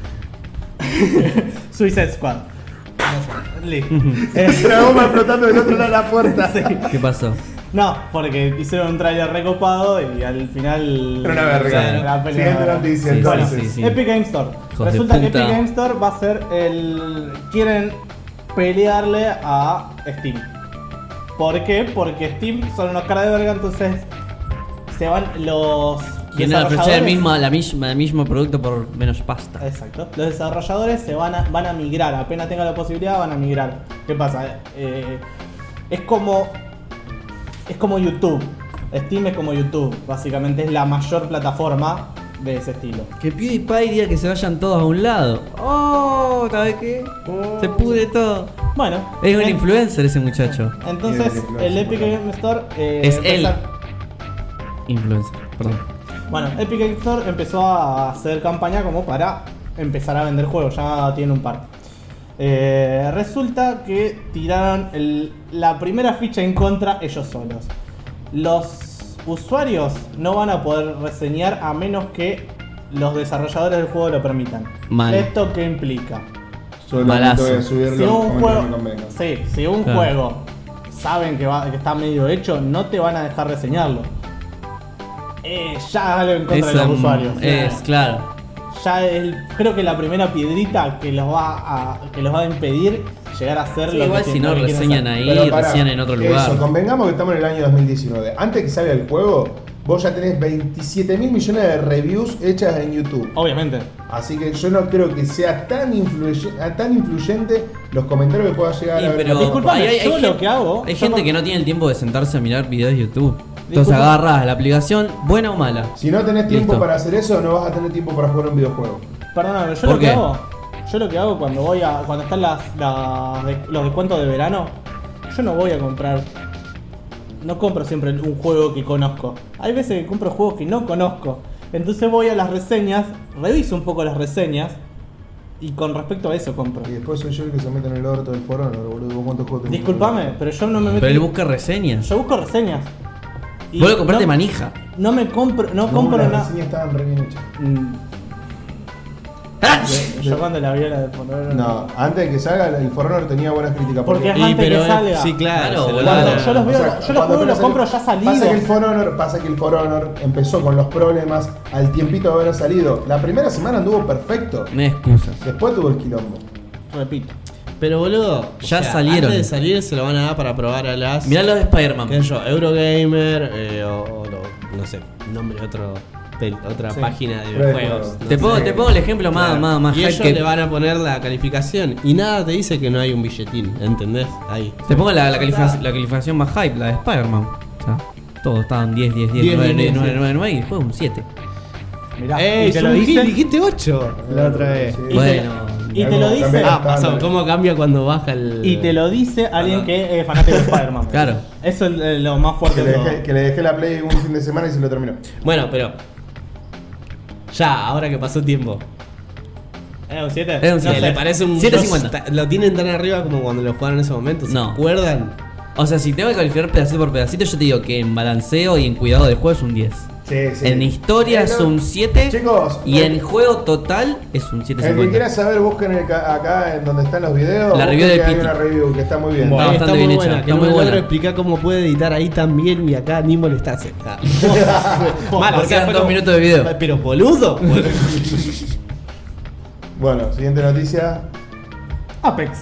Suicide Squad. Listo. Una bomba explotando del otro lado de la puerta. Sí. ¿Qué pasó? No, porque hicieron un trailer recopado y al final. Era una verga. Sí. La pelea Siguiente era- noticia, Sí, entonces. sí, sí. Epic Game Store. Hijos de Resulta que puta. Epic Game Store va a ser el. Quieren pelearle a Steam. ¿Por qué? Porque Steam son unos caras de verga, entonces se van los. Quieren ofrecer desarrolladores- el mismo producto por menos pasta. Exacto. Los desarrolladores van a migrar, apenas tengan la posibilidad van a migrar. ¿Qué pasa? Es como YouTube. Steam es como YouTube, básicamente es la mayor plataforma de ese estilo. Que PewDiePie diga que se vayan todos a un lado. Oh, ¿sabes qué? Se pudre todo. Bueno, Es un en- influencer ese muchacho. Entonces, Tiene influencia, el Epic por Game Store Es él. Influencer, perdón. Bueno, Epic Game Store empezó a hacer campaña como para empezar a vender juegos, ya tiene un par. Resulta que tiraron la primera ficha en contra ellos solos. Los usuarios no van a poder reseñar a menos que los desarrolladores del juego lo permitan. Mal. ¿Esto qué implica? Solamente Malazo. voy a subirlo Si un como que juego, me convenga. sí, si un Claro. juego saben que está medio hecho, no te van a dejar reseñarlo. Ya algo en contra de los usuarios. Es claro. Ya creo que la primera piedrita que los va a impedir llegar a ser Sí, lo igual que si lo no que quieren reseñan hacer. ahí, Pero pará, reseñan en otro lugar. Eso, convengamos que estamos en el año 2019. Antes que salga el juego, vos ya tenés 27 mil millones de reviews hechas en YouTube. Obviamente. Así que yo no creo que sea tan influyente los comentarios que pueda llegar Sí, a ver. pero Disculpame, yo gente, lo que hago- hay yo gente con- que no tiene el tiempo de sentarse a mirar videos de YouTube. Entonces Disculpa. agarras la aplicación, buena o mala. Si no tenés tiempo Listo. para hacer eso, no vas a tener tiempo para jugar un videojuego. Perdóname, yo ¿Por lo que qué? hago. Yo lo que hago cuando están los descuentos de verano, yo no voy a comprar. No compro siempre un juego que conozco. Hay veces que compro juegos que no conozco. Entonces voy a las reseñas, reviso un poco las reseñas y con respecto a eso compro. Y después soy yo el que se mete en el orto del For Honor, boludo. ¿Vos cuántos juegos tenés? Disculpame, pero yo no me meto. Pero él busca reseñas. Yo busco reseñas. Y Vos lo compraste no- manija. No me compro, no No, compro las nada. reseñas estaban re bien hechas. Yo cuando la vi la de poner. No, antes de que salga, el For Honor tenía buenas críticas. Porque es Y, antes pero que salga. sí, claro. Claro, se lo boludo. van a- Cuando yo los veo, O sea, yo los cuando juegos los apenas compro ya salió- salidos. Pasa que el For Honor empezó con los problemas al tiempito de haber salido. La primera semana anduvo perfecto. No hay excusas. Después tuvo el quilombo. Repito. Pero boludo, Ya salieron. Antes de salir se lo van a dar para probar a las. Mirá los de Spider-Man. ¿Qué sé yo? Eurogamer no sé, nombre de otro otra Sí. página de Claro. juegos. ¿no? Te pongo el ejemplo más, más Y hype ellos que. le van a poner la calificación y nada te dice que no hay un billetín, ¿entendés? Ahí. Te pongo la calificación más hype, la de Spider-Man. O sea, todos estaban 10, 10, 10, 10, 9, 10, 9, 9, 9 y después un 7. Mirá, ¡Ey, y te lo Sun Gil, dice. dijiste 8 la otra vez! Sí. Bueno. Y te lo dice. También Ah, está pasó, bien. ¿cómo cambia cuando baja el...? Y te lo dice alguien que es fanático de Spider-Man. Claro. Eso es lo más fuerte Que de le, todo. dejé, que le dejé la play un fin de semana y se lo terminó. Bueno, pero... Ya, ahora que pasó tiempo. ¿Es un 7? Es un ¿Le 7. parece un... 7.50. ¿Lo tienen tan arriba como cuando lo jugaron en ese momento? ¿Se No. acuerdan? O sea, si tengo que calificar pedacito por pedacito, yo te digo que en balanceo y en cuidado del juego es un 10. Sí, sí. En historia es un 7. Chicos, Y en juego total es un el que 7.50. quiera saber, busquen La acá en donde están los videos. review busquen de que hay Pity. una review que está muy bien. Está bastante bien hecha, buena, está que no muy me buena. logro explicar cómo puede editar ahí tan bien y acá ni molestarse. Mal, Porque eran 2 minutos de video. Pero boludo. Bueno, siguiente noticia. Apex.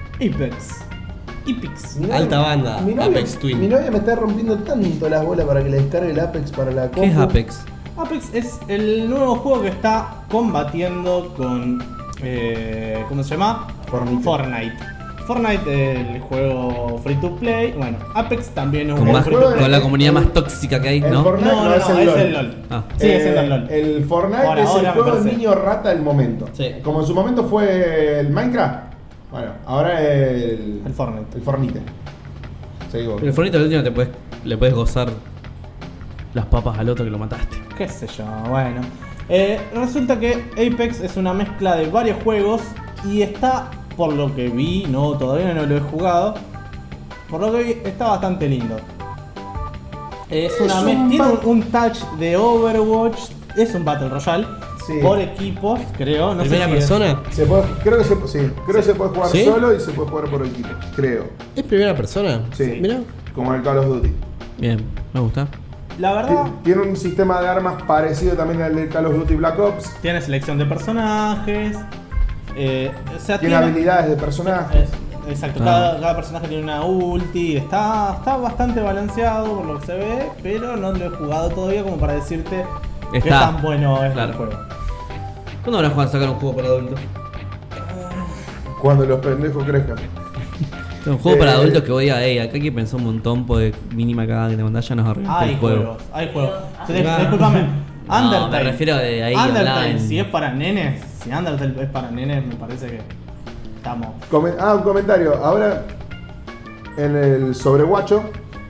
Apex. Alta banda, Mi novia, Apex Twin. Mi novia me está rompiendo tanto las bolas para que le descargue el Apex para la compu. ¿Qué es Apex? Apex es el nuevo juego que está combatiendo con. ¿Cómo se llama? Fortnite. Fortnite, el juego free to play. Bueno, Apex también es un Con, juego más- free to juego play. con la comunidad más tóxica que hay, El ¿no? Fortnite No, es el LOL. Ah. Sigue siendo el LOL. El Fortnite Ahora, es el ahora me juego del parece. niño rata del momento. Sí. Como en su momento fue el Minecraft. Bueno, ahora El Fortnite. El Fortnite. Seguimos. Pero el Fortnite al último le puedes gozar las papas al otro que lo mataste. Qué sé yo, bueno. Resulta que Apex es una mezcla de varios juegos y está, por lo que vi, no, todavía no lo he jugado. Por lo que vi, está bastante lindo. Es una tiene un touch de Overwatch, es un Battle Royale Sí. por equipos, creo. No sé ¿Primera si persona? Creo que se puede jugar ¿Sí? solo y se puede jugar por equipo. Creo. ¿Es primera persona? Sí. Mirá. Como el Call of Duty. Bien, me gusta. La verdad, Tiene un sistema de armas parecido también al del Call of Duty Black Ops. tiene selección de personajes. O sea, Tiene habilidades de personajes. Exacto, Ah. cada personaje tiene una ulti, está bastante balanceado por lo que se ve, pero no lo he jugado todavía como para decirte qué Está. tan bueno es Claro. el juego. ¿Cuándo van a jugar a sacar un juego para adultos? Cuando los pendejos crezcan. Un juego para Eh, adultos que voy a, acá hay que pensar un montón, porque mínima cagada que te mandás ya nos arruinaste Hay el juego. juegos, hay juegos. Claro. Disculpame, No, Undertale. me refiero de ahí Undertale, online. si es para nenes, si Undertale es para nenes, me parece que estamos. Un comentario. Ahora, en el sobreguacho.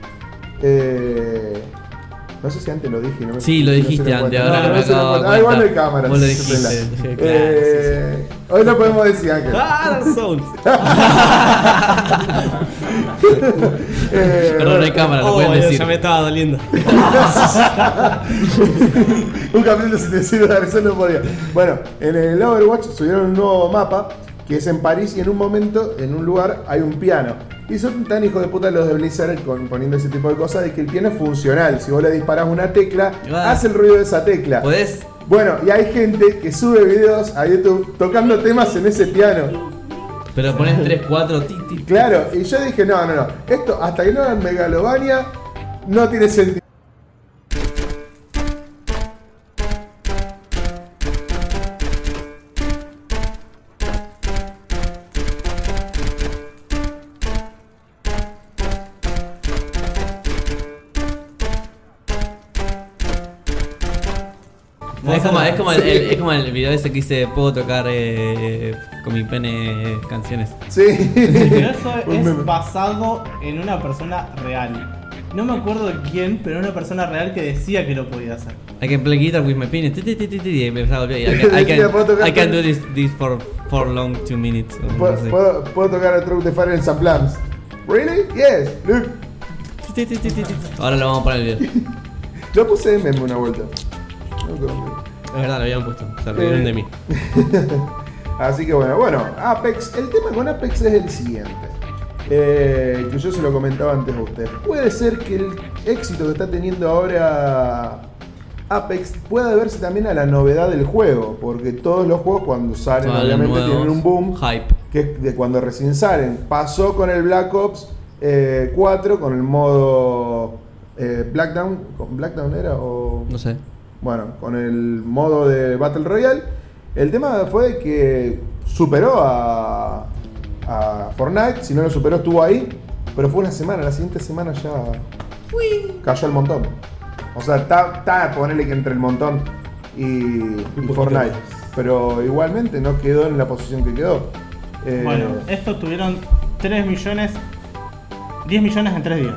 No sé si antes lo dije. No me- Sí, lo no se dijiste lo antes, cuento. ahora No, me no se lo acabo de cuento. Ah, igual no hay cuenta. cámaras. Vos lo eso es dijiste, verdad. sí, claro, Hoy no podemos decir Ángel. Dark Souls. Perdón, no hay cámara, lo Oh, pueden decir. ya me estaba doliendo. Un capítulo sin decir Dark Souls no podía. Bueno, en el Overwatch subieron un nuevo mapa que es en París y en un momento, en un lugar, hay un piano. Y son tan hijos de puta los de Blizzard poniendo ese tipo de cosas de que el piano es funcional. Si vos le disparás una tecla, Ah. hace el ruido de esa tecla. ¿Podés? Bueno, y hay gente que sube videos a YouTube tocando temas en ese piano. Pero pones 3, 4, ti, ti. Claro, y yo dije, no. Esto, hasta que no hagan Megalovania, no tiene sentido. Es como el video ese que hice, puedo tocar con mi pene canciones. Sí. Pero eso Un es meme. basado en una persona real. No me acuerdo de quién, pero una persona real que decía que lo podía hacer. I can play guitar with my penis. Ti, ti, ti, ti, ti, y empezaba a golpear. I can do this for long 2 minutes. o no sé. ¿Puedo tocar el truck de Fire en Plums? ¿Really? Yes. Look. Ti, ti, ti, ti, ti. Ahora lo vamos a poner el video. Lo puse en meme una vuelta. Es verdad, lo habían puesto. Se rieron de mí. Así que bueno, Apex. El tema con Apex es el siguiente. Que yo se lo comentaba antes a usted. Puede ser que el éxito que está teniendo ahora Apex pueda deberse también a la novedad del juego. Porque todos los juegos cuando salen Salen obviamente nuevos, tienen un boom. hype. Que es de cuando recién salen. Pasó con el Black Ops 4 con el modo Blackdown. ¿Blackdown era? O... No sé. Bueno, con el modo de Battle Royale. El tema fue que superó a Fortnite. Si no lo superó, estuvo ahí. Pero fue una semana. La siguiente semana ya cayó el montón. O sea, está ponerle que entre el montón y Fortnite. Pero igualmente no quedó en la posición que quedó. Bueno, estos tuvieron 3 millones, 10 millones en 3 días.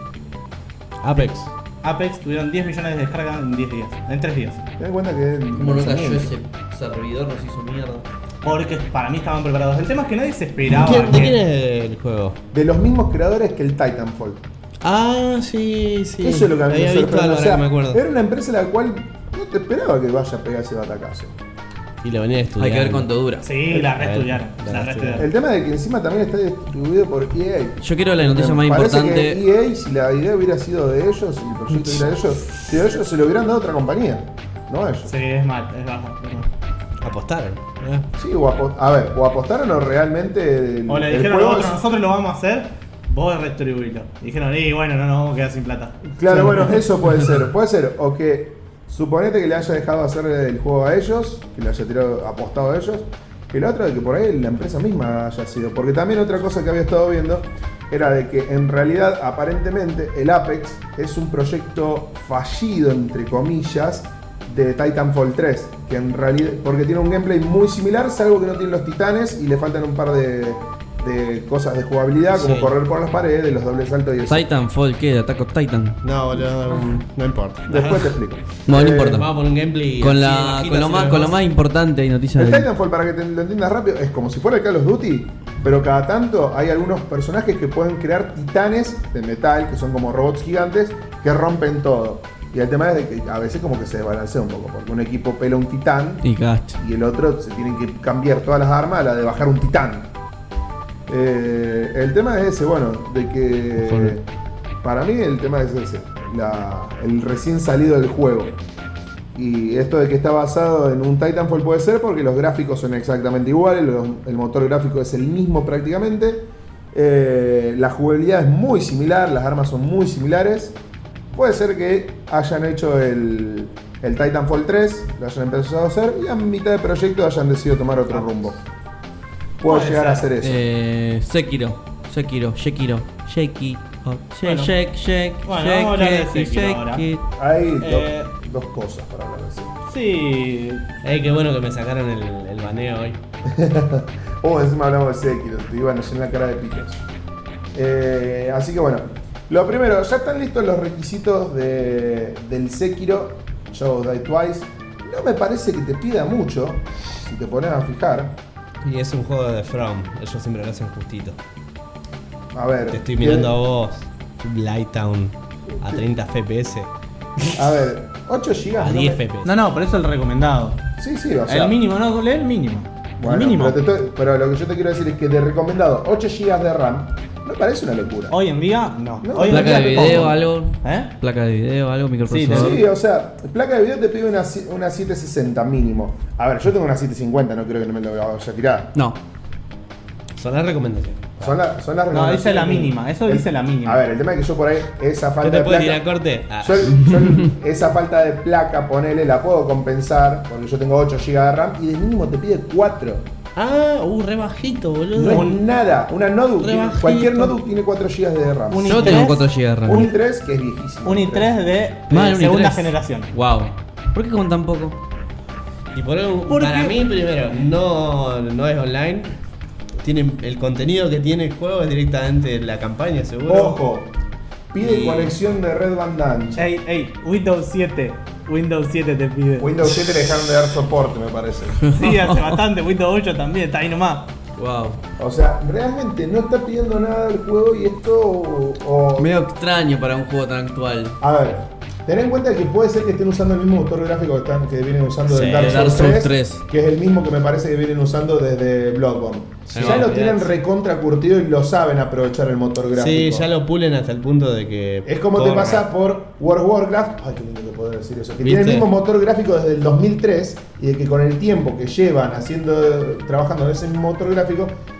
Apex tuvieron 10 millones de descargas en 10 días, en 3 días. Ten en cuenta que ¿Cómo no cayó ese servidor? Nos hizo mierda. Porque para mí estaban preparados. El tema es que nadie se esperaba. ¿De quién que... es el juego? de los mismos creadores que el Titanfall. Ah, sí. Eso es lo que a mí me había visto sorprende. algo, O ahora sea, que me acuerdo. era una empresa la cual no te esperaba que vaya a pegar ese batacazo. Y lo venía a estudiar. Hay que ver cuánto dura. Sí, la reestudiaron. La reestudiaron. El tema de que encima también está distribuido por EA. Yo quiero la noticia más Me parece importante. que EA, si la idea hubiera sido de ellos, si el proyecto era de ellos, si a ellos se lo hubieran dado a otra compañía, no a ellos. Sí, es mal, es baja. Apostaron. Sí, o apostaron o realmente O le dijeron a otros, nosotros lo vamos a hacer, vos retribuirlo. Y dijeron, bueno, no nos vamos a quedar sin plata. Claro, bueno, eso puede ser. O que suponete que le haya dejado hacer el juego a ellos, que le haya apostado a ellos. Y la otra de que por ahí la empresa misma haya sido. Porque también otra cosa que había estado viendo era de que en realidad, aparentemente, el Apex es un proyecto fallido, entre comillas, de Titanfall 3. Que en realidad, porque tiene un gameplay muy similar, salvo que no tiene los titanes y le faltan un par de cosas de jugabilidad, como Sí. correr por las paredes, los dobles saltos y eso. Titanfall, ¿qué? ¿De Attack of Titan? No, boludo, no importa. Después te explico. No importa. Vamos por un gameplay. Con, así, con lo más importante y noticias El del... Titanfall, para que lo entiendas rápido, es como si fuera el Call of Duty, pero cada tanto hay algunos personajes que pueden crear titanes de metal, que son como robots gigantes, que rompen todo. Y el tema es de que a veces como que se desbalancea un poco, porque un equipo pela un titán Y gacho. y el otro se tienen que cambiar todas las armas a la de bajar un titán. El tema es ese, bueno, de que para mí el tema es ese, el recién salido del juego. Y esto de que está basado en un Titanfall puede ser porque los gráficos son exactamente iguales, el motor gráfico es el mismo prácticamente, la jugabilidad es muy similar, las armas son muy similares. Puede ser que hayan hecho el Titanfall 3, lo hayan empezado a hacer y a mitad de proyecto hayan decidido tomar otro rumbo. Puedo Puede llegar a ser. hacer eso. Sekiro. Bueno. Shake. Bueno, vamos a hablar de Shake Sekiro ahora. it. Hay Eh, dos cosas para hablar de eso. Sí. Qué bueno que me sacaron el baneo hoy. Encima hablamos de Sekiro, te iban a llenar la cara de picos. Así que bueno, lo primero, ya están listos los requisitos del Sekiro Shadows Die Twice. No me parece que te pida mucho, si te pones a fijar. Y es un juego de From, ellos siempre lo hacen justito. A ver. Te estoy mirando a vos, Lighttown, a 30 FPS, A ver, 8 GB. a 10 FPS. No, por eso el recomendado. Sí, o sea. El mínimo, no, lee el mínimo. Bueno, el mínimo. pero lo que yo te quiero decir es que de recomendado 8 GB de RAM, no parece una locura. Hoy en día, no. No, Hoy en Placa día, de video, poco. algo. ¿Eh? Placa de video, algo, microprocesador. Sí, o sea, placa de video te pide una 760 mínimo. A ver, yo tengo una 750, no creo que no me lo vaya a tirar. No. Son las recomendaciones. Son las No, recomendaciones. dice la mínima. Eso dice la mínima. A ver, el tema es que yo por ahí, esa ¿Qué falta te de puede placa. tirar corte? Ah. Yo esa falta de placa, ponele, la puedo compensar, porque yo tengo 8 GB de RAM y de mínimo te pide 4. Re bajito, boludo. No es nada. Una notebook, Re bajito. cualquier notebook tiene 4 GB de RAM. Un Yo i3, tengo 4 GB de RAM. Un i3 que es viejísimo. Un i3 de Mal, un segunda i3. generación. Wow. ¿Por qué con tan poco? Y para mí, primero, no es online. Tienen el contenido que tiene el juego es directamente la campaña, seguro. Ojo, pide Y- conexión de red band ancha. Ey, Windows 7. Windows 7 te pide. Windows 7 le dejaron de dar soporte, me parece. Sí, hace bastante. Windows 8 también, está ahí nomás. Wow. O sea, realmente no está pidiendo nada del juego y esto. Medio extraño para un juego tan actual. A ver, ten en cuenta que puede ser que estén usando el mismo motor gráfico que vienen usando Sí, del Dark de Souls Dark Souls 3, 3. que es el mismo que me parece que vienen usando desde Bloodborne. Sí, Ya lo olvidate. tienen recontra curtido y lo saben aprovechar el motor gráfico. Sí, ya lo pulen hasta el punto de que. Es como te corra. pasa por World of Warcraft. Ay, qué lindo que poder decir eso. Que ¿Viste? tiene el mismo motor gráfico desde el 2003 y de que con el tiempo que llevan trabajando en ese mismo motor gráfico,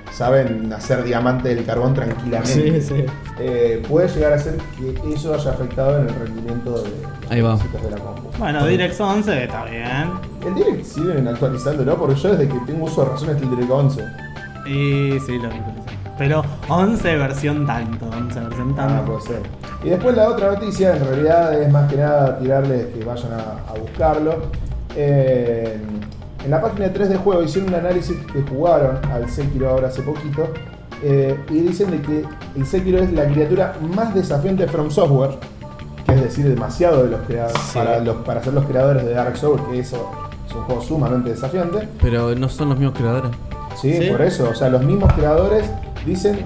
saben hacer diamante del carbón tranquilamente. Sí, sí. Puede llegar a ser que eso haya afectado en el rendimiento de Ahí va. los chicos de la compu. Bueno, DirectX 11 está bien. El Direct siguen actualizándolo porque yo desde que tengo uso de razón hasta el Direct 11. Y sí, lo actualizan. Pero 11 versión tanto, 11 versión Ah, tanto. puede ser. Y después la otra noticia, en realidad es más que nada tirarles que vayan a buscarlo. En la página 3 de juego hicieron un análisis que jugaron al Sekiro ahora hace poquito. Y dicen de que el Sekiro es la criatura más desafiante de From Software. Que es decir, demasiado de los para ser los creadores de Dark Souls, que eso es un juego sumamente desafiante. Pero no son los mismos creadores. Sí, ¿Sí? por eso, o sea, los mismos creadores dicen,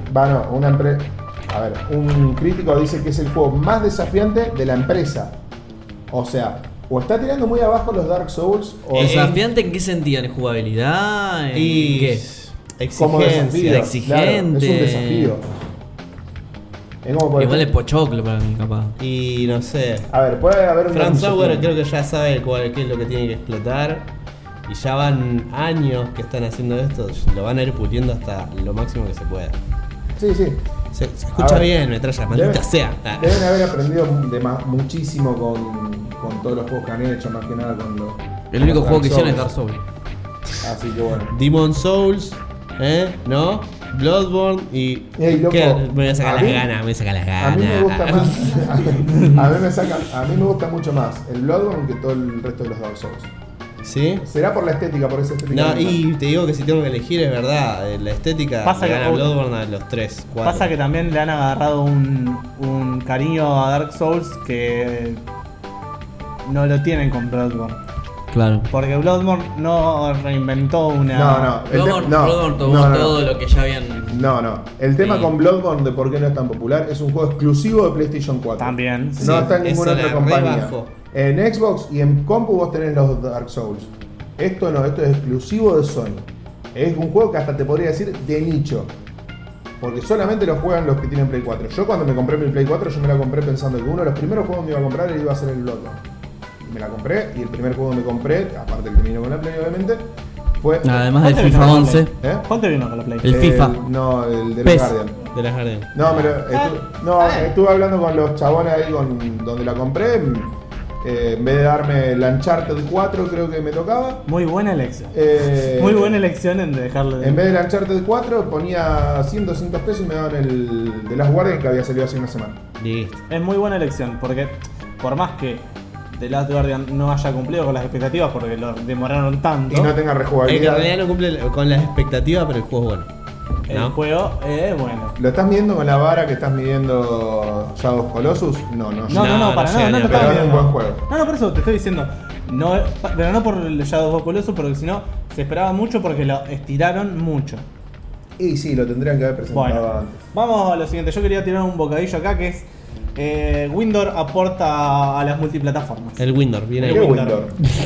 un crítico dice que es el juego más desafiante de la empresa. O sea, o está tirando muy abajo los Dark Souls, o ¿Desafiante en qué sentido? ¿En jugabilidad? ¿En Y qué? como desafío. exigente. Claro, es un desafío. Es como por Igual es ejemplo, pochoclo para mí, capaz. Y no sé. a ver, puede haber un From Software desafío. creo que ya sabe qué es lo que tiene que explotar. Y ya van años que están haciendo esto. Lo van a ir puliendo hasta lo máximo que se pueda. Sí, sí. Se escucha A ver, bien, metralla, maldita deben- sea. Deben haber aprendido muchísimo con todos los juegos que han hecho, más que nada con los. El único los juego que hicieron es Souls. Dark Souls. Así que bueno. Demon Souls, ¿no? Bloodborne y. Ey, loco, ¿Qué? Me voy a sacar a las mí- ganas, me voy a sacar las A mí me gusta ganas. más. a mí me gusta mucho más el Bloodborne que todo el resto de los Dark Souls. ¿Sí? Será por la estética, por esa estética. No, misma. y te digo que si tengo que elegir, es verdad, la estética Pasa le que- gana Bloodborne a los 3, 4. Pasa que también le han agarrado un cariño a Dark Souls que no lo tienen con Bloodborne. Claro. Porque Bloodborne no reinventó una. No. Bloodborne tomó no. todo lo que ya habían. No. El tema Sí. con Bloodborne de por qué no es tan popular es un juego exclusivo de PlayStation 4. También. No Sí, está en ninguna eso otra la compañía. rebajo. En Xbox y en compu vos tenés los Dark Souls. Esto no, esto es exclusivo de Sony. Es un juego que hasta te podría decir de nicho. Porque solamente lo juegan los que tienen Play 4. Yo cuando me compré mi Play 4, yo me la compré pensando que uno de los primeros juegos que me iba a comprar iba a ser el Bloodborne. Y me la compré, y el primer juego que me compré, aparte el que vino con la Play obviamente, fue... Además del ¿Cuánto FIFA vino? 11. ¿Eh? ¿Cuánto vino con la Play? El FIFA. No, el de los PES. Guardian. De las Guardian. No, estuve hablando con los chabones ahí donde la compré. En vez de darme el Uncharted 4, creo que me tocaba. Muy buena elección. Eh, Muy buena elección en dejarle. En vez del Uncharted 4, ponía 100, 200 pesos y me daban el de las Guardian que había salido hace una semana. Listo. Es muy buena elección porque por más que The Last Guardian no haya cumplido con las expectativas porque lo demoraron tanto, Y no tenga En rejugabilidad. realidad no cumple con las expectativas, pero el juego es bueno. el ¿no? juego es bueno. ¿Lo estás midiendo con la vara que estás midiendo Shadow of Colossus? No. No, No, para no nada, llega no ni lo a estaba pero es un viendo. buen juego. No, por eso te estoy diciendo. No, pero no por el Shadow of Colossus, porque si no se esperaba mucho porque lo estiraron mucho. Y sí, lo tendrían que haber presentado Bueno, antes. vamos a lo siguiente. Yo quería tirar un bocadillo acá que es Windor aporta a las multiplataformas. El Windor, viene ¿Qué el Windor?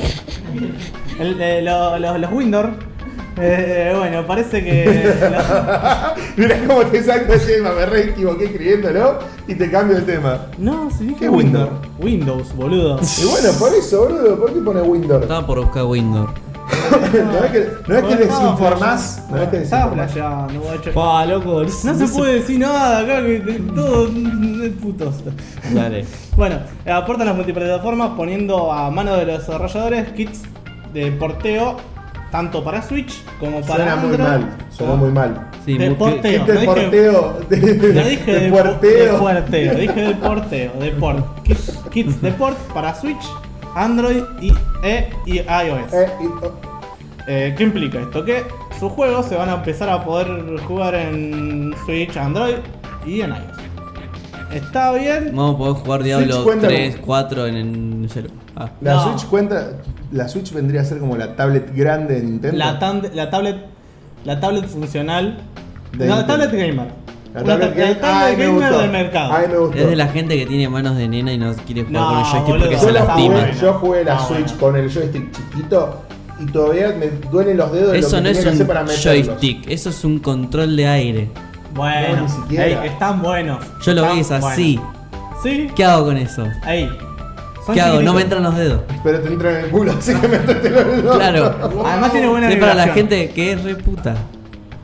Los Windor, bueno, parece que. Mirá cómo te saco el tema, me re equivoqué escribiéndolo y te cambio el tema. No, si dije ¿Qué Windor? Windows, boludo. Y bueno, por eso, boludo, ¿por qué pone Windor? Estaba por buscar Windows. No es que desinformás. No es que Estaba desinformás. flasheando, guacho. Pa, loco. No se puede decir nada acá, que todo es putos. Dale. Bueno, aportan las multiplataformas poniendo a mano de los desarrolladores kits de porteo tanto para Switch como para Suena muy Android. mal, sonó muy mal. Sí, De muy- porteo. Gente de no dije- porteo. No dije de de porteo. porteo, dije de porteo, de port. Kits de port para Switch, Android y iOS. ¿Qué implica esto? Que sus juegos se van a empezar a poder jugar en Switch, Android y en iOS. ¿Está bien? Vamos a poder jugar Diablo Switch cuenta 3, con- 4 en el celu. Ah. La No. Switch cuenta. La Switch vendría a ser como la tablet grande de Nintendo. La tablet funcional. De La Nintendo. tablet gamer. La Una tablet la tablet me gamer gustó. del mercado. Ay, me gustó. Es de la gente que tiene manos de nena y no quiere jugar No, con el joystick boludo. porque Yo se la lastima. jugué, yo jugué la Ah, Switch bueno. con el joystick chiquito y todavía me duelen los dedos de Eso lo no que es tenía que hacer un para meterlos. joystick, eso es un control de aire. Bueno, No, ni siquiera. ey, están buenos. Yo lo vi, es Están así. buenos. ¿Sí? ¿Qué hago con eso? Ahí. Son ¿Qué hago? No me chiquititos. entran los dedos. Pero te entra en el culo, así que métetelo en el orto. Claro. Además tiene buena Es para la vibración. gente que es re puta.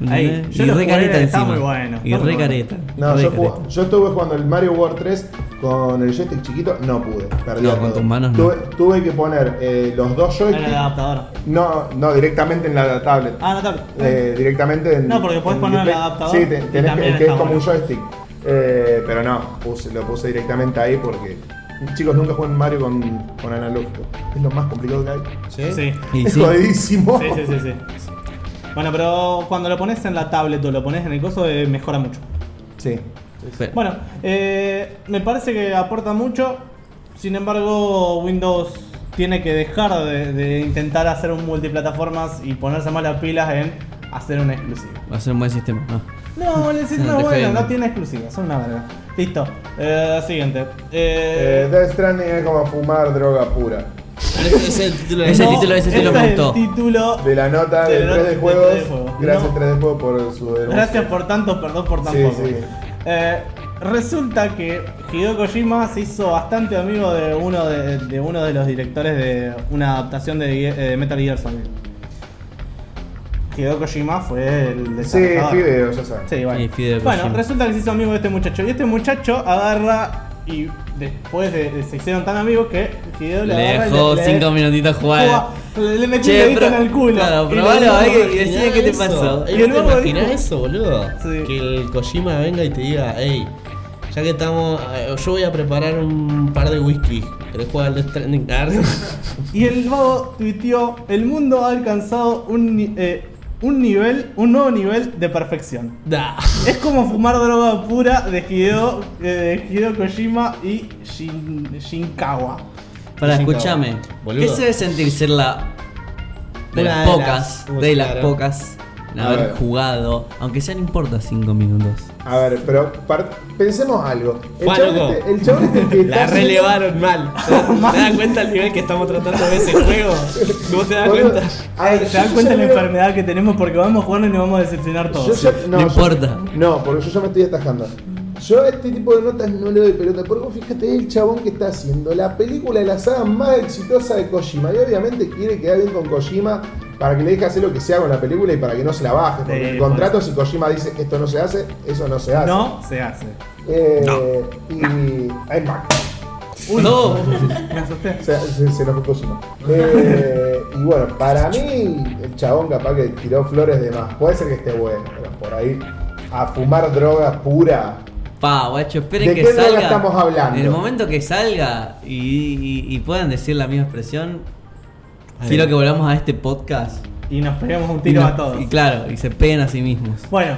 Ahí, yo Y lo re jugué, careta está encima. muy bueno. Y está re muy bueno. careta. No, re yo, careta. yo estuve jugando el Mario World 3 con el joystick chiquito, no pude. Perdí No, todo. con tus manos no. Tuve que poner los dos En el joysticks. adaptador. No, directamente en la tablet. Ah, no, tablet. Directamente en. No, porque podés en poner el display. adaptador Sí, y tenés también que es está como un bueno. joystick. Pero no, lo puse directamente ahí porque. Chicos, nunca jueguen Mario con analógico. Es lo más complicado que hay. ¿Sí? Sí. Y Es sí. jodidísimo. Sí. Bueno, pero cuando lo pones en la tablet o lo pones en el coso, mejora mucho. Sí. Pero- Bueno, me parece que aporta mucho. Sin embargo, Windows tiene que dejar de intentar hacer un multiplataformas y ponerse más las pilas en hacer una exclusiva. Va a ser un buen sistema. No, el sistema No es te bueno, jode. no tiene exclusivas, son una verga. Listo. Siguiente. Death Stranding es como fumar droga pura. Ese es el título de Ese no, título me ese gustó. es el título. De la nota De de la 3D nota de Juegos. 3D Juegos. Gracias No. 3D Juegos por su denuncia. Gracias por tanto, perdón por tan Sí, poco. sí. Resulta que Hideo Kojima se hizo bastante amigo de uno de los directores de una adaptación de Metal Gear Solid. Hideo Kojima fue el Sí, desarrollador. Fideo, ya sabes. Sí, bueno. Sí, Hideo Bueno, Kojima. resulta que se hizo amigo de este muchacho. Y este muchacho agarra y después se hicieron tan amigos que Hideo le Le agarra y dejó le- 5 minutitos jugar. le metió Che, un dedito pero- en el culo. claro, Y le probalo, dijo- hay que decir qué te pasó. Y ¿Y el ¿Te vago imaginas dijo- eso, boludo? Sí. Que el Kojima venga y te diga, hey, ya que estamos, yo voy a preparar un par de whisky. ¿Querés jugar al Death Stranding? Y el vago tuiteó: el mundo ha alcanzado un nuevo nivel de perfección. Da. Es como fumar droga pura de Hideo Kojima y Shinkawa. Para, Shinkawa. escúchame. Boludo. ¿Qué se debe sentir ser la. De Una las de pocas. las- De las claro. pocas. En A haber ver. jugado. Aunque sea no importa 5 minutos. A ver, pero pensemos algo. Juan, loco. El chabón este que La está haciendo- relevaron mal. ¿Te das cuenta el nivel que estamos tratando de ese juego? ¿No te das Boludo, cuenta? a ver, ¿Se dan yo cuenta ya de la veo- enfermedad que tenemos? Porque vamos a jugar y nos vamos a decepcionar Yo todos. ya- No importa. No, porque yo ya me estoy atajando. Yo a este tipo de notas no le doy pelota. Porque vos fíjate, es el chabón que está haciendo la película de la saga más exitosa de Kojima. Y obviamente quiere quedar bien con Kojima para que le deje hacer lo que sea con la película y para que no se la baje. Porque Sí, el contrato, si Kojima dice esto no se hace, eso no se hace. No se hace. Y. Ay, Mac. No. Me asusté. Se enojó Kojima. Y bueno, para mí, el chabón capaz que tiró flores de más. Puede ser que esté bueno, pero por ahí, a fumar droga pura. Pa, guacho, esperen ¿De que qué droga salga. estamos hablando? En el momento que salga y puedan decir la misma expresión, Ahí. quiero que volvamos a este podcast. Y nos pegamos un Y tiro no- a todos. Y claro, y se peguen a sí mismos. Bueno,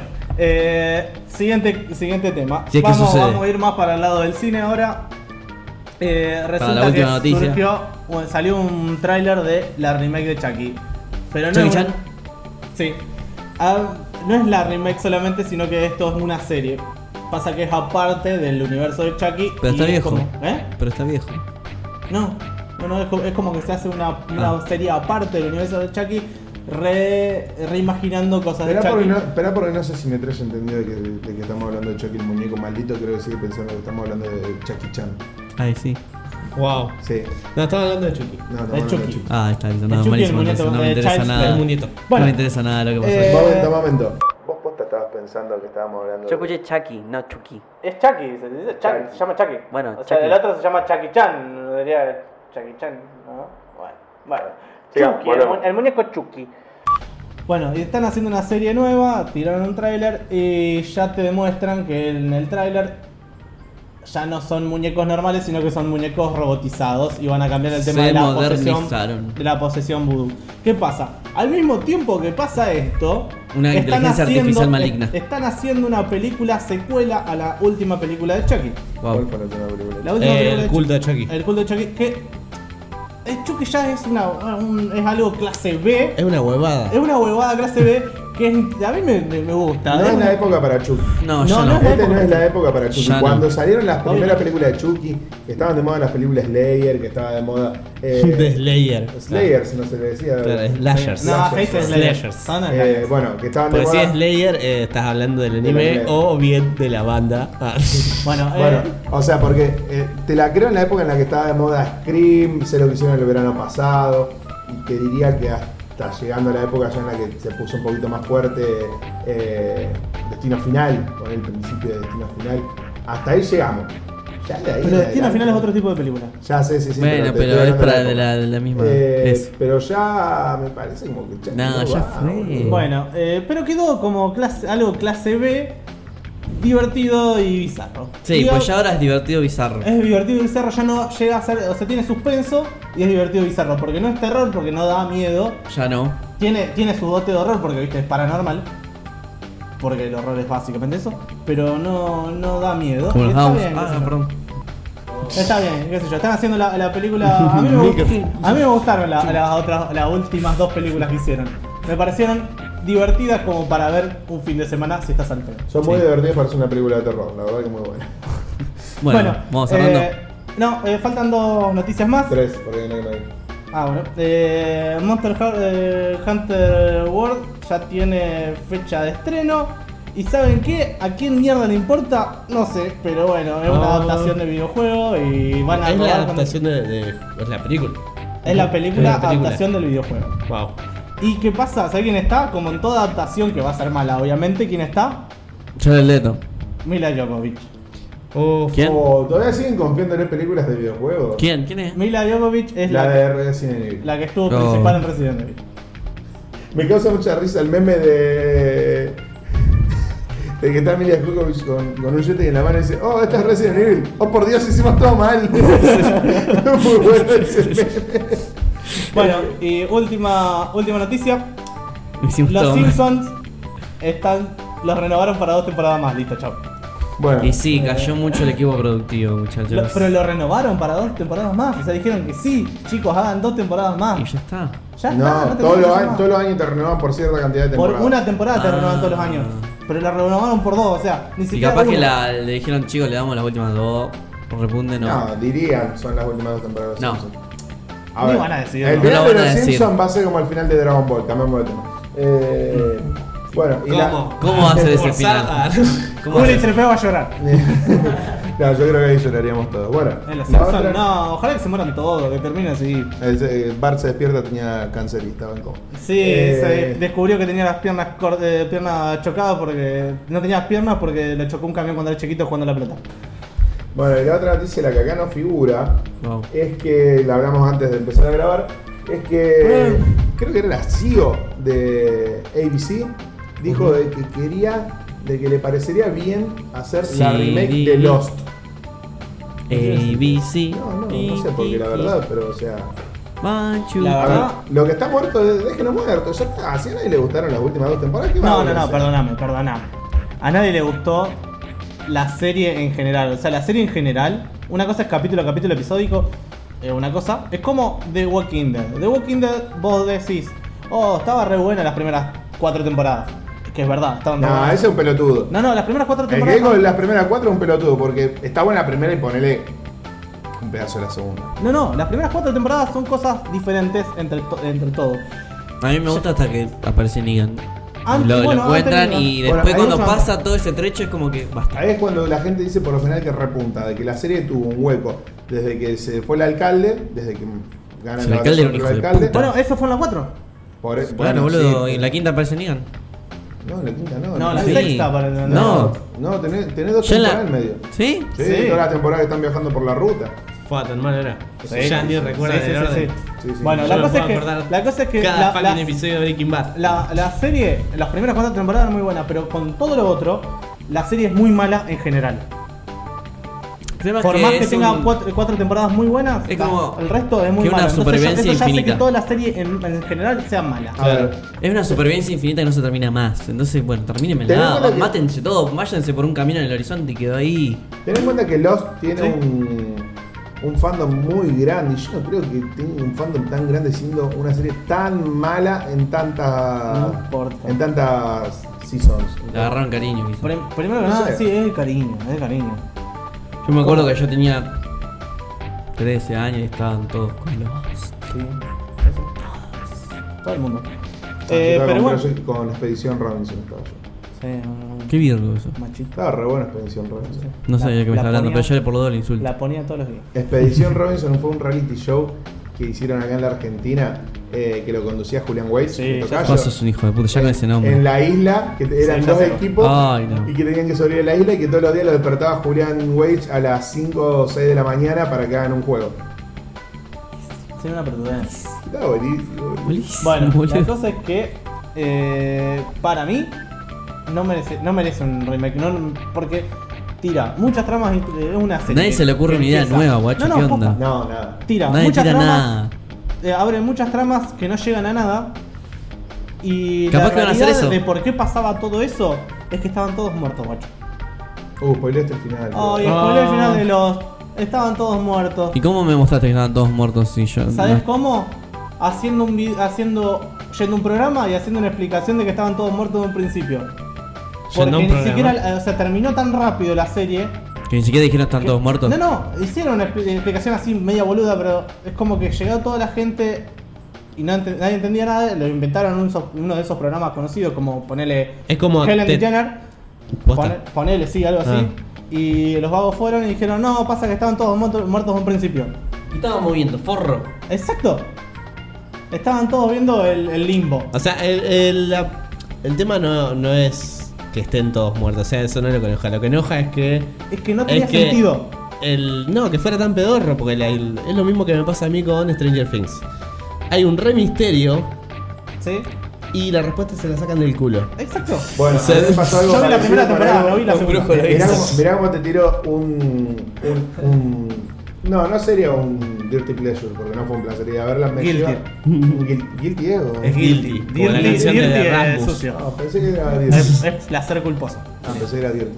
siguiente tema. Si es que sucede. Vamos a ir más para el lado del cine ahora. Resulta la última que noticia. salió un tráiler de la remake de Chucky. Pero no Chucky es un- Chan. Sí. No es la remake solamente, sino que esto es una serie. Pasa que es aparte del universo de Chucky. Pero está y es viejo. como- ¿Eh? Pero está viejo. No, es como que se hace una Ah. serie aparte del universo de Chucky, reimaginando cosas de Esperá porque, Chucky. esperá porque no sé si me traes entendido de que estamos hablando de Chucky el muñeco maldito. Creo que sigue pensando que estamos hablando de Chucky Chan. Ay, sí. Wow. Sí. No, estamos hablando de Chucky. No, estamos De hablando de Chucky. Chucky. Ah, está bien. El No, Chucky, malísimo, el entonces, muñeco no me de interesa Child's nada. Play. El muñeco. No Bueno. me interesa nada lo que pasó. Momento. Vos posta estabas pensando que estábamos hablando Yo escuché Chucky, no Chucky. Es Chucky, se dice Chucky, se llama Chucky. Bueno, o sea, Chucky. el otro se llama Chucky Chan, no diría Chucky Chan, ¿no? Bueno. Sigamos, Chucky, volvemos. el muñeco Chucky. Bueno, y están haciendo una serie nueva, tiraron un tráiler y ya te demuestran que en el tráiler ya no son muñecos normales, sino que son muñecos robotizados y van a cambiar el tema Se de la modernizaron. posesión vudú. ¿Qué pasa? Al mismo tiempo que pasa esto, Una inteligencia artificial maligna. están haciendo una película secuela a la última película de Chucky. Wow. ¿Cuál fue la última película? La última película El culto de Chucky. El culto de Chucky, que Chucky ya es es algo clase B. Es una huevada. Es una huevada clase B que a mí me gusta. No Es es una- la época para Chucky. No, No, yo no no. es la Este no época. es la época para Chucky. Ya no. Cuando salieron las primeras Obvio. películas de Chucky, que estaban de moda las películas Slayer, que estaba de moda. De Slayer. Slayer, si no se le decía. Claro, Slashers. No, Slashers. Face Slashers. Son Slashers. Bueno, que estaban de Porque si moda. es Slayer, estás hablando del anime anime. o bien de la banda. Ah. Bueno, Bueno, o sea, porque te la creo en la época en la que estaba de moda Scream, sé lo que hicieron el verano pasado, y te diría que está llegando la época ya en la que se puso un poquito más fuerte Destino Final, con el principio de Destino Final. Hasta ahí llegamos. Ya de ahí Pero en Destino adelante- Final es otro tipo de película. Ya sé, sí, Bueno, te pero estoy es hablando para de de la misma. eso. pero ya me parece como que No, ya va, fue. boludo. Bueno, pero quedó como algo clase B, divertido y bizarro. Sí, Digo, pues ya ahora es divertido bizarro. Es divertido y bizarro, ya no llega a ser, o sea, tiene suspenso y es divertido y bizarro, porque no es terror, porque no da miedo, Ya no. tiene su dote de horror, porque viste, es paranormal, porque el horror es básicamente eso, pero no da miedo. Como Y los está Downs. bien, qué sé Ah, yo. perdón. Está bien, qué sé yo, están haciendo la película, a mí me gustaron las últimas dos películas que hicieron, me parecieron divertidas como para ver un fin de semana si estás al pedo. Son muy Sí. divertidos para hacer una película de terror, la verdad que muy buena. Bueno, vamos cerrando. No, faltan dos noticias más. 3, porque no hay nadie. Ah, bueno. Monster Hunter World ya tiene fecha de estreno. ¿Y saben qué? ¿A quién mierda le importa? No sé, pero bueno, es una Ah. adaptación de videojuego y van a Es la robar adaptación es la película. Es la película Es la película. adaptación del videojuego. Wow. ¿Y qué pasa? ¿Sabes quién está? Como en toda adaptación que va a ser mala, obviamente, ¿quién está? Jared Leto. Mila Jovovich. ¿Quién? Oh, ¿todavía siguen confiando en películas de videojuegos? ¿Quién? ¿Quién es? Mila Jovovich es La la, de Resident Evil. la que estuvo No. principal en Resident Evil. Me causa mucha risa el meme de que está Emilia Jovovich con un yete en la mano y dice, oh, esta es Resident Evil. Oh, por Dios, hicimos todo mal. Muy bueno ese meme. Bueno, y última noticia. Hicimos Los todo. Simpsons los renovaron para 2 temporadas más. Listo, chao. Bueno, Y sí, cayó mucho el equipo productivo, muchachos. Pero lo renovaron para 2 temporadas más. O sea, dijeron que sí, chicos, hagan 2 temporadas más. Y ya está. Ya no, está, todos, tenés que los hacer años, más. todos los años te renovan por cierta cantidad de Por temporadas. una temporada te Ah. renovan todos los años. Pero la renovaron por 2, o sea, ni Y siquiera. capaz que una. le dijeron, chicos, le damos las últimas dos. Por repunte, no. No, dirían, son las últimas 2 temporadas. de No. Simpsons. Ni van a decir, El no. final No lo de van a los decir. Simpsons va a ser como el final de Dragon Ball, cambiamos de tema. Bueno, y ¿Cómo? ¿Cómo va a ser ese Por final? Sardar. ¿Cómo va a Juli ser? Trepeo va a llorar. No, yo creo que ahí lloraríamos todos. Bueno, En los la Simpsons, otra- no, ojalá que se mueran todos, que termine así. Bart se despierta, tenía cáncer y estaba en coma. Sí, Eh, se descubrió que tenía las piernas chocadas porque. No tenía las piernas porque le chocó un camión cuando era chiquito jugando a la pelota. Bueno, y la otra noticia, la que acá no figura, Wow. es que, la hablamos antes de empezar a grabar, es que creo que era la CEO de ABC, dijo de que de que le parecería bien hacer la Sí. remake de Lost. ABC. No sé por qué, la verdad, pero o sea... Manchu. La A verdad- ver, lo que está muerto, déjenlo muerto, ya está. Si a nadie le gustaron las últimas 2 temporadas, ¿qué va a No, volver a hacer? perdóname. A nadie le gustó la serie en general. O sea, la serie en general, una cosa es capítulo a capítulo episódico, una cosa, es como The Walking Dead. The Walking Dead, vos decís, oh, estaba re buena las primeras 4 temporadas. Que es verdad, estaban re No, buenas. ese es un pelotudo. No, las primeras 4 El que temporadas. dijo las primeras 4 es un pelotudo, porque está buena la primera y ponele un pedazo de la segunda. No, las primeras 4 temporadas son cosas diferentes entre todo. A mí me gusta hasta que aparece Negan. Antes, Lo bueno, encuentran antes y Negan. después Bueno, cuando hay pasa todo ese trecho es como que basta. Ahí es cuando la gente dice por lo general que repunta, de que la serie tuvo un hueco desde que se fue el alcalde, desde que gana Si el la alcalde era un batalla hijo de contra el alcalde. Bueno, eso fue en la 4. Bueno, boludo, sí, y en la quinta aparece Negan. No, en la quinta no. No, la Sí. sexta para No. No, tenés 2 Ya en la- temporadas en medio. ¿Sí? Sí, Sí. toda la temporada que están viajando por la ruta. Fue tan mal era. Sí, Ya ni sí, recuerdan sí, el sí, orden. Sí, sí. Bueno, Yo la no cosa, puedo es que, acordar la cosa es que cada fucking episodio de Breaking Bad. la serie, las primeras 4 temporadas eran muy buenas, pero con todo lo otro, la serie es muy mala en general. Por más que es tenga un- 4 temporadas muy buenas, Es como el resto es muy que una malo. Entonces, supervivencia eso ya hace infinita. que toda la serie en general sea mala. A ver, Es una supervivencia infinita que no se termina más. Entonces, bueno, Ten en termínenmela. cuenta que- Mátense todos, váyanse por un camino en el horizonte y quedó ahí. ten en cuenta que Lost tiene Sí. un fandom muy grande. Y yo no creo que tenga un fandom tan grande siendo una serie tan mala en No tantas. importa. En tantas seasons. Le agarraron cariño, quizás. Primero que No nada, sé. sí, es cariño. Yo me acuerdo que yo tenía 13 años y estaban todos con los. Sí, eso. Todo el mundo. Yo estaba Pero con bueno. Project- con Expedición Robinson estaba yo. Sí, Qué virgo eso. machito. Estaba re buena Expedición Robinson. No sabía de qué me La estaba hablando, ponía- pero yo por los dos le insulto. La ponía todos los días. Expedición Robinson fue un reality show que hicieron acá en la Argentina que lo conducía Julián Weiss, Sí, mi ya tocayo. Vos sos un hijo de puta, ya con ese nombre. En la isla, que eran Sí, ya dos sé. equipos Ay, no. y que tenían que sobrevivir en la isla y que todos los días lo despertaba Julián Weiss a las 5 o 6 de la mañana para que hagan un juego. Tiene una perturbadez. Está buenísimo. Buenísimo, Bueno, boludo. la cosa es que para mí no merece un remake, porque tira muchas tramas, es una serie. Nadie se le ocurre que una idea empieza- nueva, guacho, No, ¿qué posta. onda? No, nada. Tira Nadie muchas tira tramas, nada. abre muchas tramas que no llegan a nada. Y Capaz la que van a hacer realidad eso. de por qué pasaba todo eso es que estaban todos muertos, guacho. Spoileaste el final. Ay, spoiler el final de los. Estaban todos muertos. ¿Y cómo me mostraste que estaban todos muertos si yo? ¿Sabes no- cómo? Yendo a un programa y haciendo una explicación de que estaban todos muertos de un principio. Porque Yendo a un ni programa. siquiera, o sea, terminó tan rápido la serie. Que ni siquiera dijeron están todos muertos. No, hicieron una explicación así media boluda, pero es como que llegó toda la gente y nadie entendía nada. Lo inventaron en uno de esos programas conocidos como ponele Es como Helen te- DeGeneres. Posta. Ponele, sí, algo así. Ah. Y los vagos fueron y dijeron, no, pasa que estaban todos muertos de un principio. Y estaban moviendo, forro. Exacto. Estaban todos viendo el limbo. O sea, el tema no es que estén todos muertos. O sea, eso no es lo que enoja. Lo que enoja es que. Es que no tenía es que sentido. No, que fuera tan pedorro. Porque es lo mismo que me pasa a mí con Stranger Things. Hay un re misterio ¿Sí? y la respuesta se la sacan del culo. Exacto. Bueno, Sí. a mí me pasó algo Yo vi la parecido primera con temporada, algo- no vi la segunda. Mirá cómo te tiro un. No sería un Dirty Pleasure, porque no fue un placer ir a verla. Guilty. Guilty es o- Es guilty. Como la Dirty, canción de dirty The es Rasmus. sucio. No, pensé que era Dirty. Es placer culposo. Pensé que era Dirty.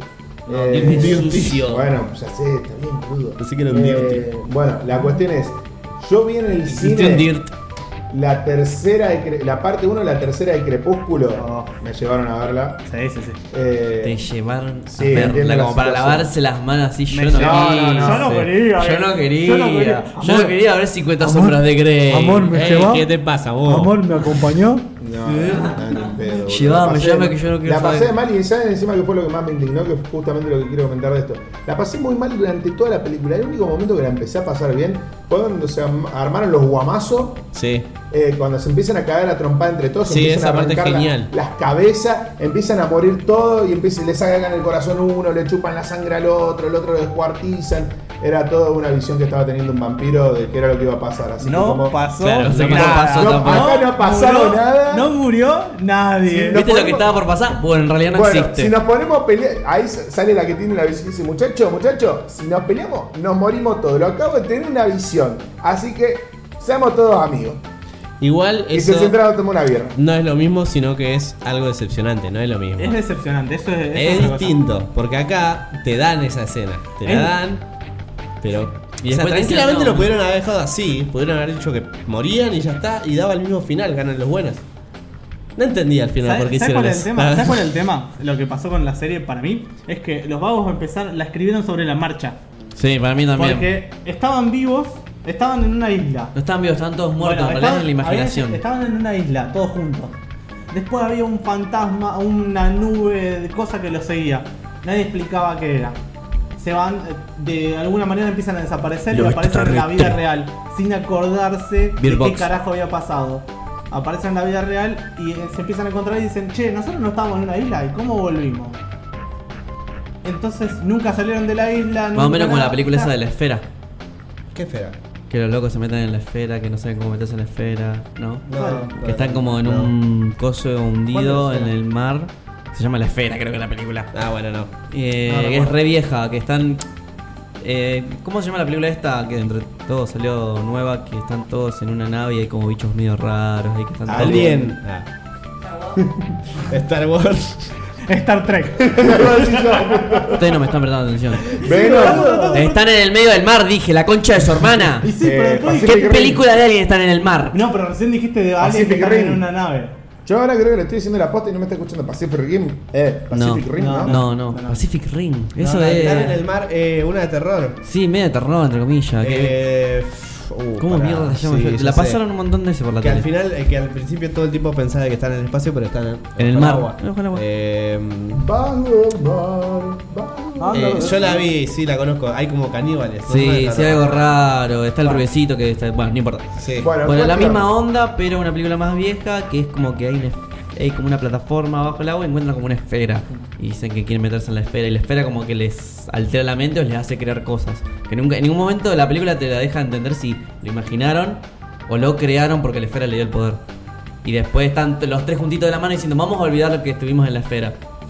Sucio. Bueno, ya sé, está bien crudo. Pensé que era un Dirty. Bueno, la cuestión es, yo vi en el Hiciste un cine dirt. la tercera la parte 1 y la tercera de Crepúsculo. Oh. Me llevaron a verla. Sí, sí, sí. Te llevaron sí, a entiendo verla la como para situación. lavarse las manos así. Yo Me no llevó- quería. no, yo no quería, Yo no quería. yo no quería. Yo no Amor. quería ver 50 sombras de Grey. Amor, ¿me Ey, llevó? ¿qué te pasa, vos? Amor, ¿me acompañó? No, ni en pedo, boludo. Llévame, La pasé- llévame que yo no quiero La pasé saber. mal y ¿saben encima que fue lo que más me indignó? Que fue justamente lo que quiero comentar de esto. La pasé muy mal durante toda la película. El único momento que la empecé a pasar bien fue cuando se armaron los guamazos. Sí. Cuando se empiezan a caer a trompada entre todos, Sí, empiezan esa a parte es arrancar genial. las cabezas, empiezan a morir todos y le sacan el corazón a uno, le chupan la sangre al otro, el otro lo descuartizan. Era toda una visión que estaba teniendo un vampiro de qué era lo que iba a pasar. Así que No como- pasó Claro, sé que no nada. pasó No, tampoco. acá no ha pasado murió- nada. No murió nadie. Sí, no- ¿Viste lo que podemos- estaba por pasar? Bueno, en realidad no Bueno, existe. si nos ponemos a pelear, ahí sale la que tiene la visión y dice, muchacho, si nos peleamos, nos morimos todos. Lo acabo de tener una visión. Así que seamos todos amigos. Igual Y eso se centraron a tomar una birra. no es lo mismo, sino que es algo decepcionante, no es lo mismo. Es decepcionante, eso es Es otra cosa. distinto, porque acá te dan esa escena, te la Es- dan, pero Y o sea, después te tranquilamente dicen, no. lo pudieron haber dejado así, pudieron haber dicho que morían y ya está, y daba el mismo final, ganan los buenos. No entendía al final por qué ¿Sabes hicieron cuál es el eso. tema? ¿Sabes cuál es el tema? Lo que pasó con la serie para mí es que los vagos la escribieron sobre la marcha. Sí, para mí también. Porque estaban vivos, estaban en una isla. No estaban vivos, estaban todos muertos. Bueno, en realidad es en la imaginación. estaban en una isla, todos juntos. Después había un fantasma, una nube de cosas que los seguía. Nadie explicaba qué era. Se van, de alguna manera empiezan a desaparecer Lo y aparecen en la vida extraterrestre. real, sin acordarse de Beer qué box. carajo había pasado. Aparecen en la vida real y se empiezan a encontrar y dicen, che, nosotros no estábamos en una isla, ¿y cómo volvimos? Entonces nunca salieron de la isla. Más o menos como la película esa de la esfera. Qué fea. Que los locos se meten en la esfera, que no saben cómo meterse en la esfera, ¿no? No, Que están como en no. un coso hundido ¿Cuál es en la el mar. Se llama La Esfera, creo que es la película. Ah, bueno, no. Que es recuerdo. re vieja, que están... ¿Cómo se llama la película esta? Que entre todos salió nueva, que están todos en una nave y hay como bichos medio raros. Ahí que están todos- Alien. Star Wars. Star Trek. Ustedes no me están prestando atención. Venom. Están en el medio del mar, dije, la concha de su hermana. Y sí, pero después Pacific ¿Qué Rim. película de alguien están en el mar? No, pero recién dijiste de alguien que Pacific están en Rim. una nave. Yo ahora creo que le estoy diciendo la posta y no me está escuchando Pacific Rim. Pacific Rim, ¿no? No, Pacific Rim. Eso Están en es. el mar, una de terror. Sí, medio de terror, entre comillas. que- ¿Cómo mierda se llama? Sí, La ya sé. pasaron un montón de veces por la Que al tele. final, que al principio todo el tiempo pensaba que están en el espacio, pero están En el bajo mar. agua. Bajo el agua. Bajo el mar, bajo el mar. Yo la vi, sí, la conozco. Hay como caníbales. ¿no? Sí, No, sí, no, algo no. raro. Está el rubiecito que está. Bueno, no importa. Sí. Bueno, Bueno, la cuestión. misma onda, pero una película más vieja que es como que hay como una plataforma bajo el agua y encuentran como una esfera. Y dicen que quieren meterse en la esfera. Y la esfera como que les altera la mente o les hace crear cosas. Que nunca, en ningún momento de la película te la deja entender si lo imaginaron o lo crearon porque la esfera le dio el poder. Y después están los tres juntitos de la mano diciendo vamos a olvidar lo que estuvimos en la esfera.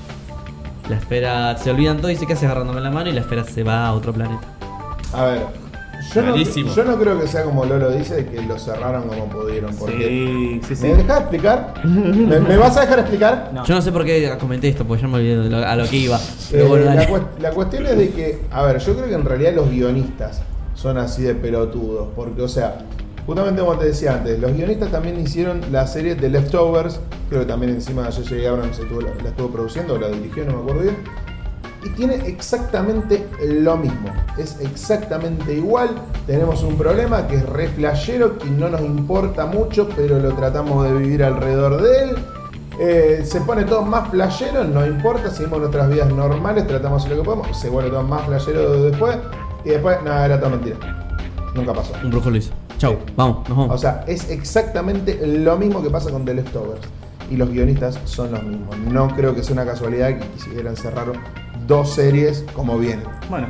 La esfera se olvidan todo y dice ¿qué haces agarrándome la mano? Y la esfera se va a otro planeta. A ver, Malísimo. yo no creo que sea como Lolo dice, de que lo cerraron como pudieron. Porque Sí, sí. ¿me dejás explicar? ¿Me vas a dejar explicar? No. Yo no sé por qué comenté esto, porque ya me olvidé a lo que iba. Eh, Pero bueno, dale. la cuestión es de que, a ver, yo creo que en realidad los guionistas son así de pelotudos. Porque, o sea, justamente como te decía antes, los guionistas también hicieron la serie The Leftovers. Creo que también encima J.J. Abrams la estuvo produciendo o la dirigió, no me acuerdo bien. Y tiene exactamente lo mismo. Es exactamente igual. Tenemos un problema que es re flashero, que no nos importa mucho, pero lo tratamos de vivir alrededor de él. Se pone todo más flashero, no importa, seguimos nuestras vidas normales, tratamos de hacer lo que podemos, se vuelve todo más flashero después, y después, nada, era todo mentira. Nunca pasó. Un brujo lo hizo. Chau, vamos, nos vamos. O sea, es exactamente lo mismo que pasa con The Leftovers. Y los guionistas son los mismos. No creo que sea una casualidad que quisieran cerrar dos series como vienen. Bueno,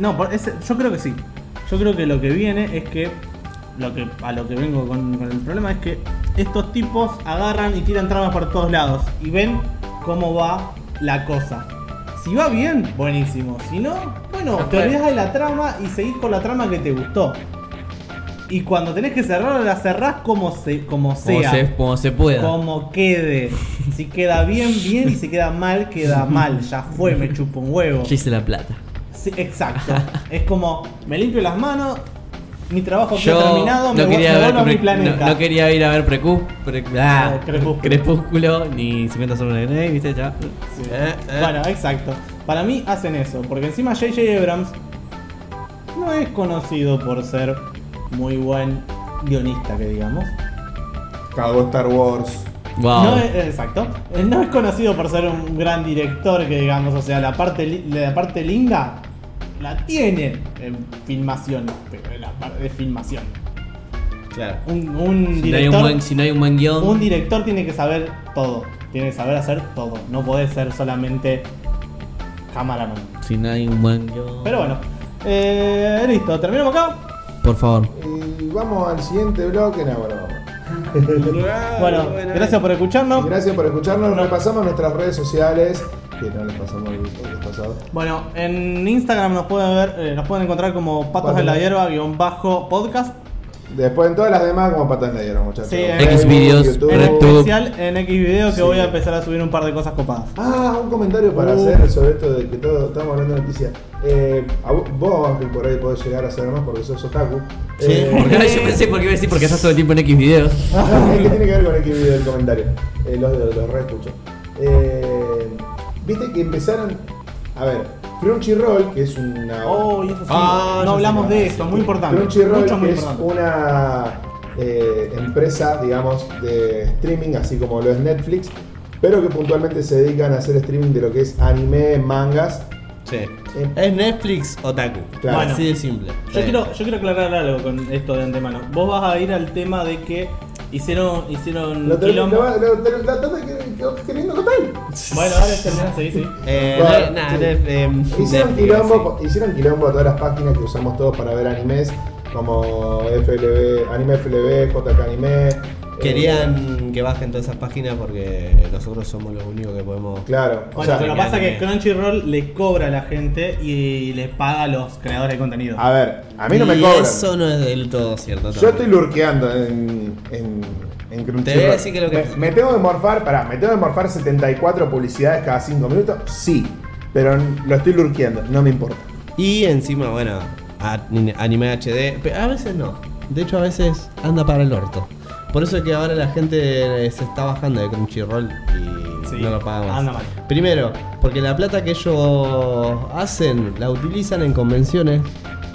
yo creo que sí. Yo creo que lo que viene es que a lo que vengo con el problema es que estos tipos agarran y tiran tramas por todos lados y ven cómo va la cosa. Si va bien, buenísimo. Si no, bueno, te olvidas de la trama y seguís con la trama que te gustó. Y cuando tenés que cerrarla, la cerrás como sea. Como se pueda. Como quede. Si queda bien, bien. Y si queda mal. Ya fue, me chupo un huevo. Yo hice la plata. Sí, exacto. Es como, me limpio las manos, mi trabajo queda Yo terminado, me quería vuelvo a mi ver, planeta. no quería ir a ver Crepúsculo. Crepúsculo ni 50 sombras de Grey, ¿viste? Ya. Sí. Bueno, exacto. Para mí hacen eso, porque encima J.J. Abrams no es conocido por ser muy buen guionista, que digamos. Cagó Star Wars. Wow. No es, exacto. No es conocido por ser un gran director, que digamos, o sea, la parte linda la tiene en filmación, pero la parte de filmación. Claro. Un Si no hay director, si no hay un buen guión. un director tiene que saber todo, tiene que saber hacer todo, no puede ser solamente cameraman. Si no hay un buen guión. Pero bueno, listo, terminamos acá. Por favor. Y vamos al siguiente bloque. No, bueno, vamos. Bueno, gracias por escucharnos. Gracias por escucharnos. Repasamos nuestras redes sociales. Que no les pasamos el podcast pasado. Bueno, en Instagram nos pueden ver, nos pueden encontrar como Patos de la Hierba _podcast. Después en todas las demás como patas de hierro, muchachos. Sí, Xvideos, YouTube. En YouTube. especial en Xvideos, que Sí. voy a empezar a subir un par de cosas copadas. Ah, un comentario para hacer sobre esto de que todos estamos hablando de noticias. Vos, Ángel, por ahí podés llegar a saber más porque sos otaku. Porque yo pensé porque iba a decir porque estás todo el tiempo en X videos. ¿Qué tiene que ver con X video el comentario? Los reescucho. Viste que empezaron. A ver, Crunchyroll, que es una. Oh, y eso sí, Ah, no ya hablamos sé. de eso, muy importante. Crunchyroll, Mucho, muy que es importante. una empresa, digamos, de streaming, así como lo es Netflix, pero que puntualmente se dedican a hacer streaming de lo que es anime, mangas. Sí. Es Netflix Otaku. Claro. Bueno, así de simple. Yo quiero aclarar algo con esto de antemano. Vos vas a ir al tema de que hicieron quilombo. queriendo contar. Bueno, ahora terminás, sí. Bueno, sí. Hicieron quilombo a todas las páginas que usamos todos para ver animes, como FLB, Anime FLB, JK Anime. Querían que bajen todas esas páginas porque nosotros somos los únicos que podemos. Claro, o Bueno, sea, pero pasa que anime. Crunchyroll le cobra a la gente y les paga a los creadores de contenido. a ver, a mí no me Y cobran. eso no es del todo cierto. Yo tampoco. estoy lurkeando en Crunchyroll. Te voy a decir que lo que- me tengo que morfar, me tengo que morfar 74 publicidades cada 5 minutos, sí, pero lo estoy lurkeando, no me importa. Y encima, bueno, anime HD. Pero a veces no. De hecho, a veces anda para el orto. Por eso es que ahora la gente se está bajando de Crunchyroll y Sí, no lo paga más. anda mal. Primero, porque la plata que ellos hacen la utilizan en convenciones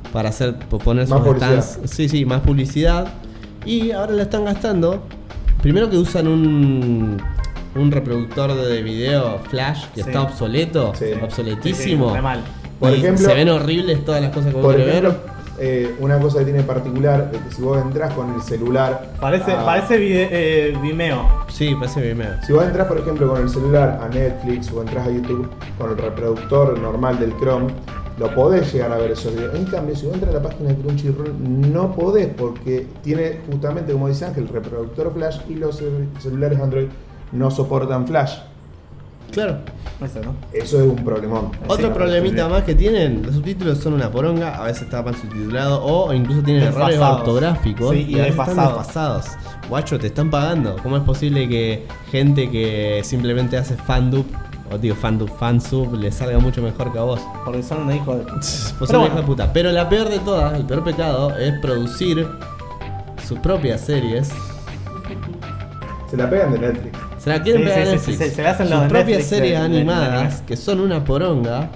para poner Más sus publicidad. stands. Sí, más publicidad. Y ahora la están gastando. Primero que usan un reproductor de video flash que Sí. está obsoleto, Sí. obsoletísimo. Sí, re mal. Por Y ejemplo- se ven horribles todas las cosas que vos Por querés ejemplo, ver. una cosa que tiene en particular es que si vos entras con el celular. Parece Vimeo. Sí, parece Vimeo. Si vos entras, por ejemplo, con el celular a Netflix o entras a YouTube con el reproductor normal del Chrome, lo podés llegar a ver esos videos. En cambio, si vos entras a la página de Crunchyroll, no podés porque tiene justamente, como dice Ángel, el reproductor flash y los celulares Android no soportan flash. Claro. Eso, ¿no? Eso es un problemón. Otro problemita más que tienen, los subtítulos son una poronga, a veces está mal subtitulado o incluso tienen errores Desfasados. ortográficos Sí, y a veces están desfasados. desfasados. Guacho, te están pagando. ¿Cómo es posible que gente que simplemente hace fandub, o digo fansub, le salga mucho mejor que a vos? Porque son unos hijos de. Vos Pero sos un bueno. hijo de puta. Pero la peor de todas, el peor pecado, es producir sus propias series. Se la pegan de Netflix. Se la quieren Sí, pegar a sí, sí, Netflix. sí, se le hacen los sus de propias Netflix series de animadas, anime. que son una poronga.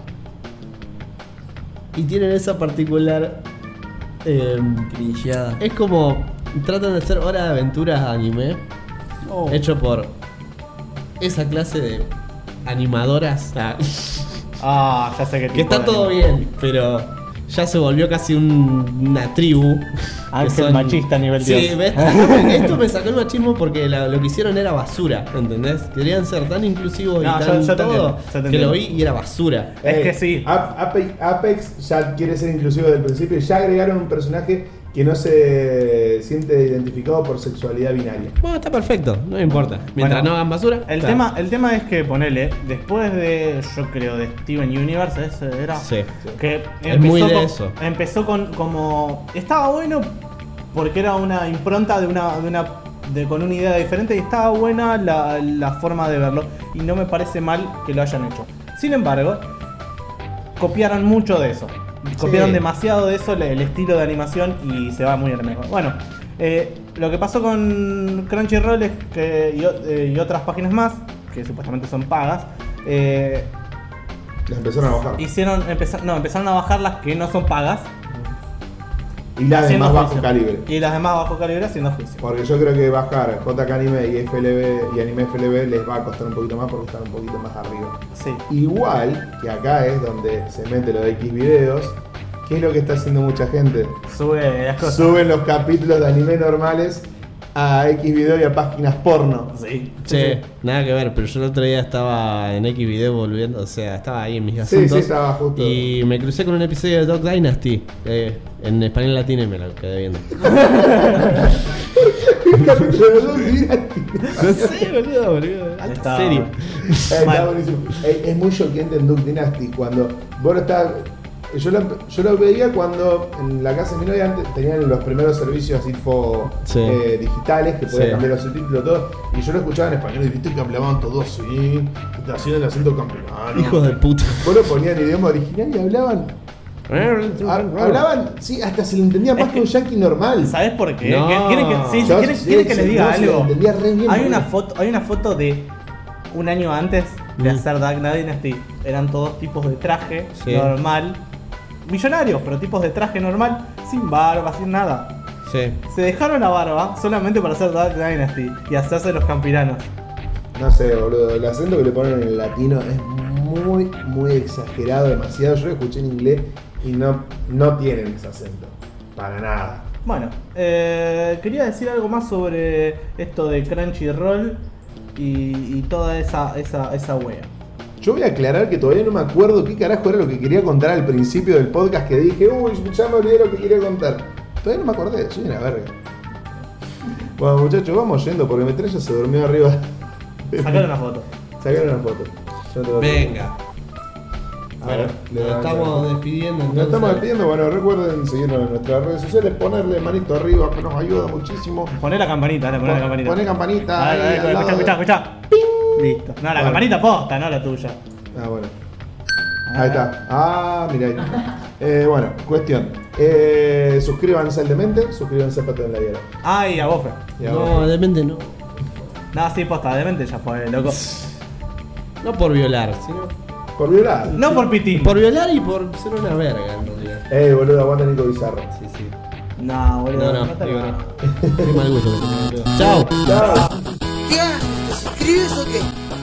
Y tienen esa particular. Grillada. Es como. Tratan de hacer Hora de Aventuras anime. Oh. Hecho por esa clase de animadoras. Ah, ya sé que Que está todo bien, pero ya se volvió casi una tribu. Ángel que machista a nivel Sí, Dios. ¿ves? Esto me sacó el machismo porque lo que hicieron era basura, ¿entendés? Querían ser tan inclusivos No, y tan yo te todo entiendo, yo te que entiendo. lo vi y era basura. Es que sí. Apex ya quiere ser inclusivo desde el principio y ya agregaron un personaje que no se siente identificado por sexualidad binaria. Bueno, está perfecto, no me importa. Mientras Bueno, no hagan basura. El está. tema es que ponele, después de, yo creo, de Steven Universe, ese era. Sí. Que Es muy de con- eso. Empezó con como. Estaba bueno porque era una impronta con una idea diferente y estaba buena la forma de verlo. Y no me parece mal que lo hayan hecho. Sin embargo, copiaron mucho de eso. Copiaron Sí. demasiado de eso, el estilo de animación, y se va muy a lo mejor. Bueno, lo que pasó con Crunchyroll es que, y otras páginas más, que supuestamente son pagas, Las empezaron a bajar. empezaron a bajar las que no son pagas. Y las de haciendo más bajo juicio. calibre. Y las demás bajo calibre haciendo juicio. Porque yo creo que bajar JK Anime y FLB y Anime FLB les va a costar un poquito más porque están un poquito más arriba. Sí. Igual que acá es donde se mete lo de X videos, que es lo que está haciendo mucha gente. Sube las cosas. Suben los capítulos de anime normales a X video y a páginas porno. Sí. Che, nada que ver, pero yo el otro día estaba en X video volviendo, o sea, estaba ahí en mis Sí, asuntos. sí, estaba justo. Y me crucé con un episodio de Dog Dynasty, en español latino y me lo quedé viendo. El capítulo de Dog Dynasty. No sé, boludo. Alta Está- serie. Está buenísimo. Es muy choqueante en Duke Dynasty cuando vos no estás. Yo lo veía cuando en la casa de mi novia antes tenían los primeros servicios info Sí. digitales que podías Sí. cambiar los subtítulos todo. Y yo lo escuchaba en español y viste que hablaban todos así, haciendo el acento campirano. Hijos de puta. Vos lo ponían en idioma original y hablaban. Hablaban, sí, hasta se le entendía más que un yankee normal. ¿Sabes por qué? No. ¿Quieren que, sí, Yo- ¿quieren que sí, les diga no, se le algo? entendía re bien, Hay boludo. una foto de un año antes de hacer Dark Dynasty. Eran todos tipos de traje Sí. normal. Millonarios, pero tipos de traje normal, sin barba, sin nada. Sí. Se dejaron la barba solamente para hacer Dark Dynasty y hacerse los campiranos. No sé, boludo, el acento que le ponen en el latino es muy, muy exagerado, demasiado. Yo lo escuché en inglés y no tienen ese acento. Para nada. Bueno, quería decir algo más sobre esto de Crunchyroll y toda esa wea. Yo voy a aclarar que todavía no me acuerdo qué carajo era lo que quería contar al principio del podcast que dije, uy, ya me olvidé lo que quería contar. Todavía no me acordé, soy una verga. Bueno, muchachos, vamos yendo porque Metralla se durmió arriba. Sacar una foto. Sacaron una foto. Yo te lo- Venga. A ver, le Nos dan- estamos despidiendo entonces. Nos estamos despidiendo, bueno, recuerden seguirnos en nuestras redes sociales, ponerle manito arriba que nos ayuda muchísimo. Poné la campanita, dale, poné la campanita. Poné campanita. Dale, ahí dale, al lado escuchá, de- escuchá. Listo. No, la Bueno. campanita posta, no la tuya. Ah, bueno. Ahí está. Ah, mira ahí. Bueno, cuestión. Suscríbanse al Demente, suscríbanse a Pato en la Hiera. Ay, a bofe. Y a No, vos. demente no. No, sí, posta, demente ya fue, loco. No por violar, sino Por violar. No por pitín. por violar y por ser una verga en realidad. Boludo, aguanta Nico Bizarro. Sí, sí. No, boludo. No, te digo lo- no. Qué mal gusto que tengo. Chao. Chao. ¿Qué haces? ¿Te suscribes o qué?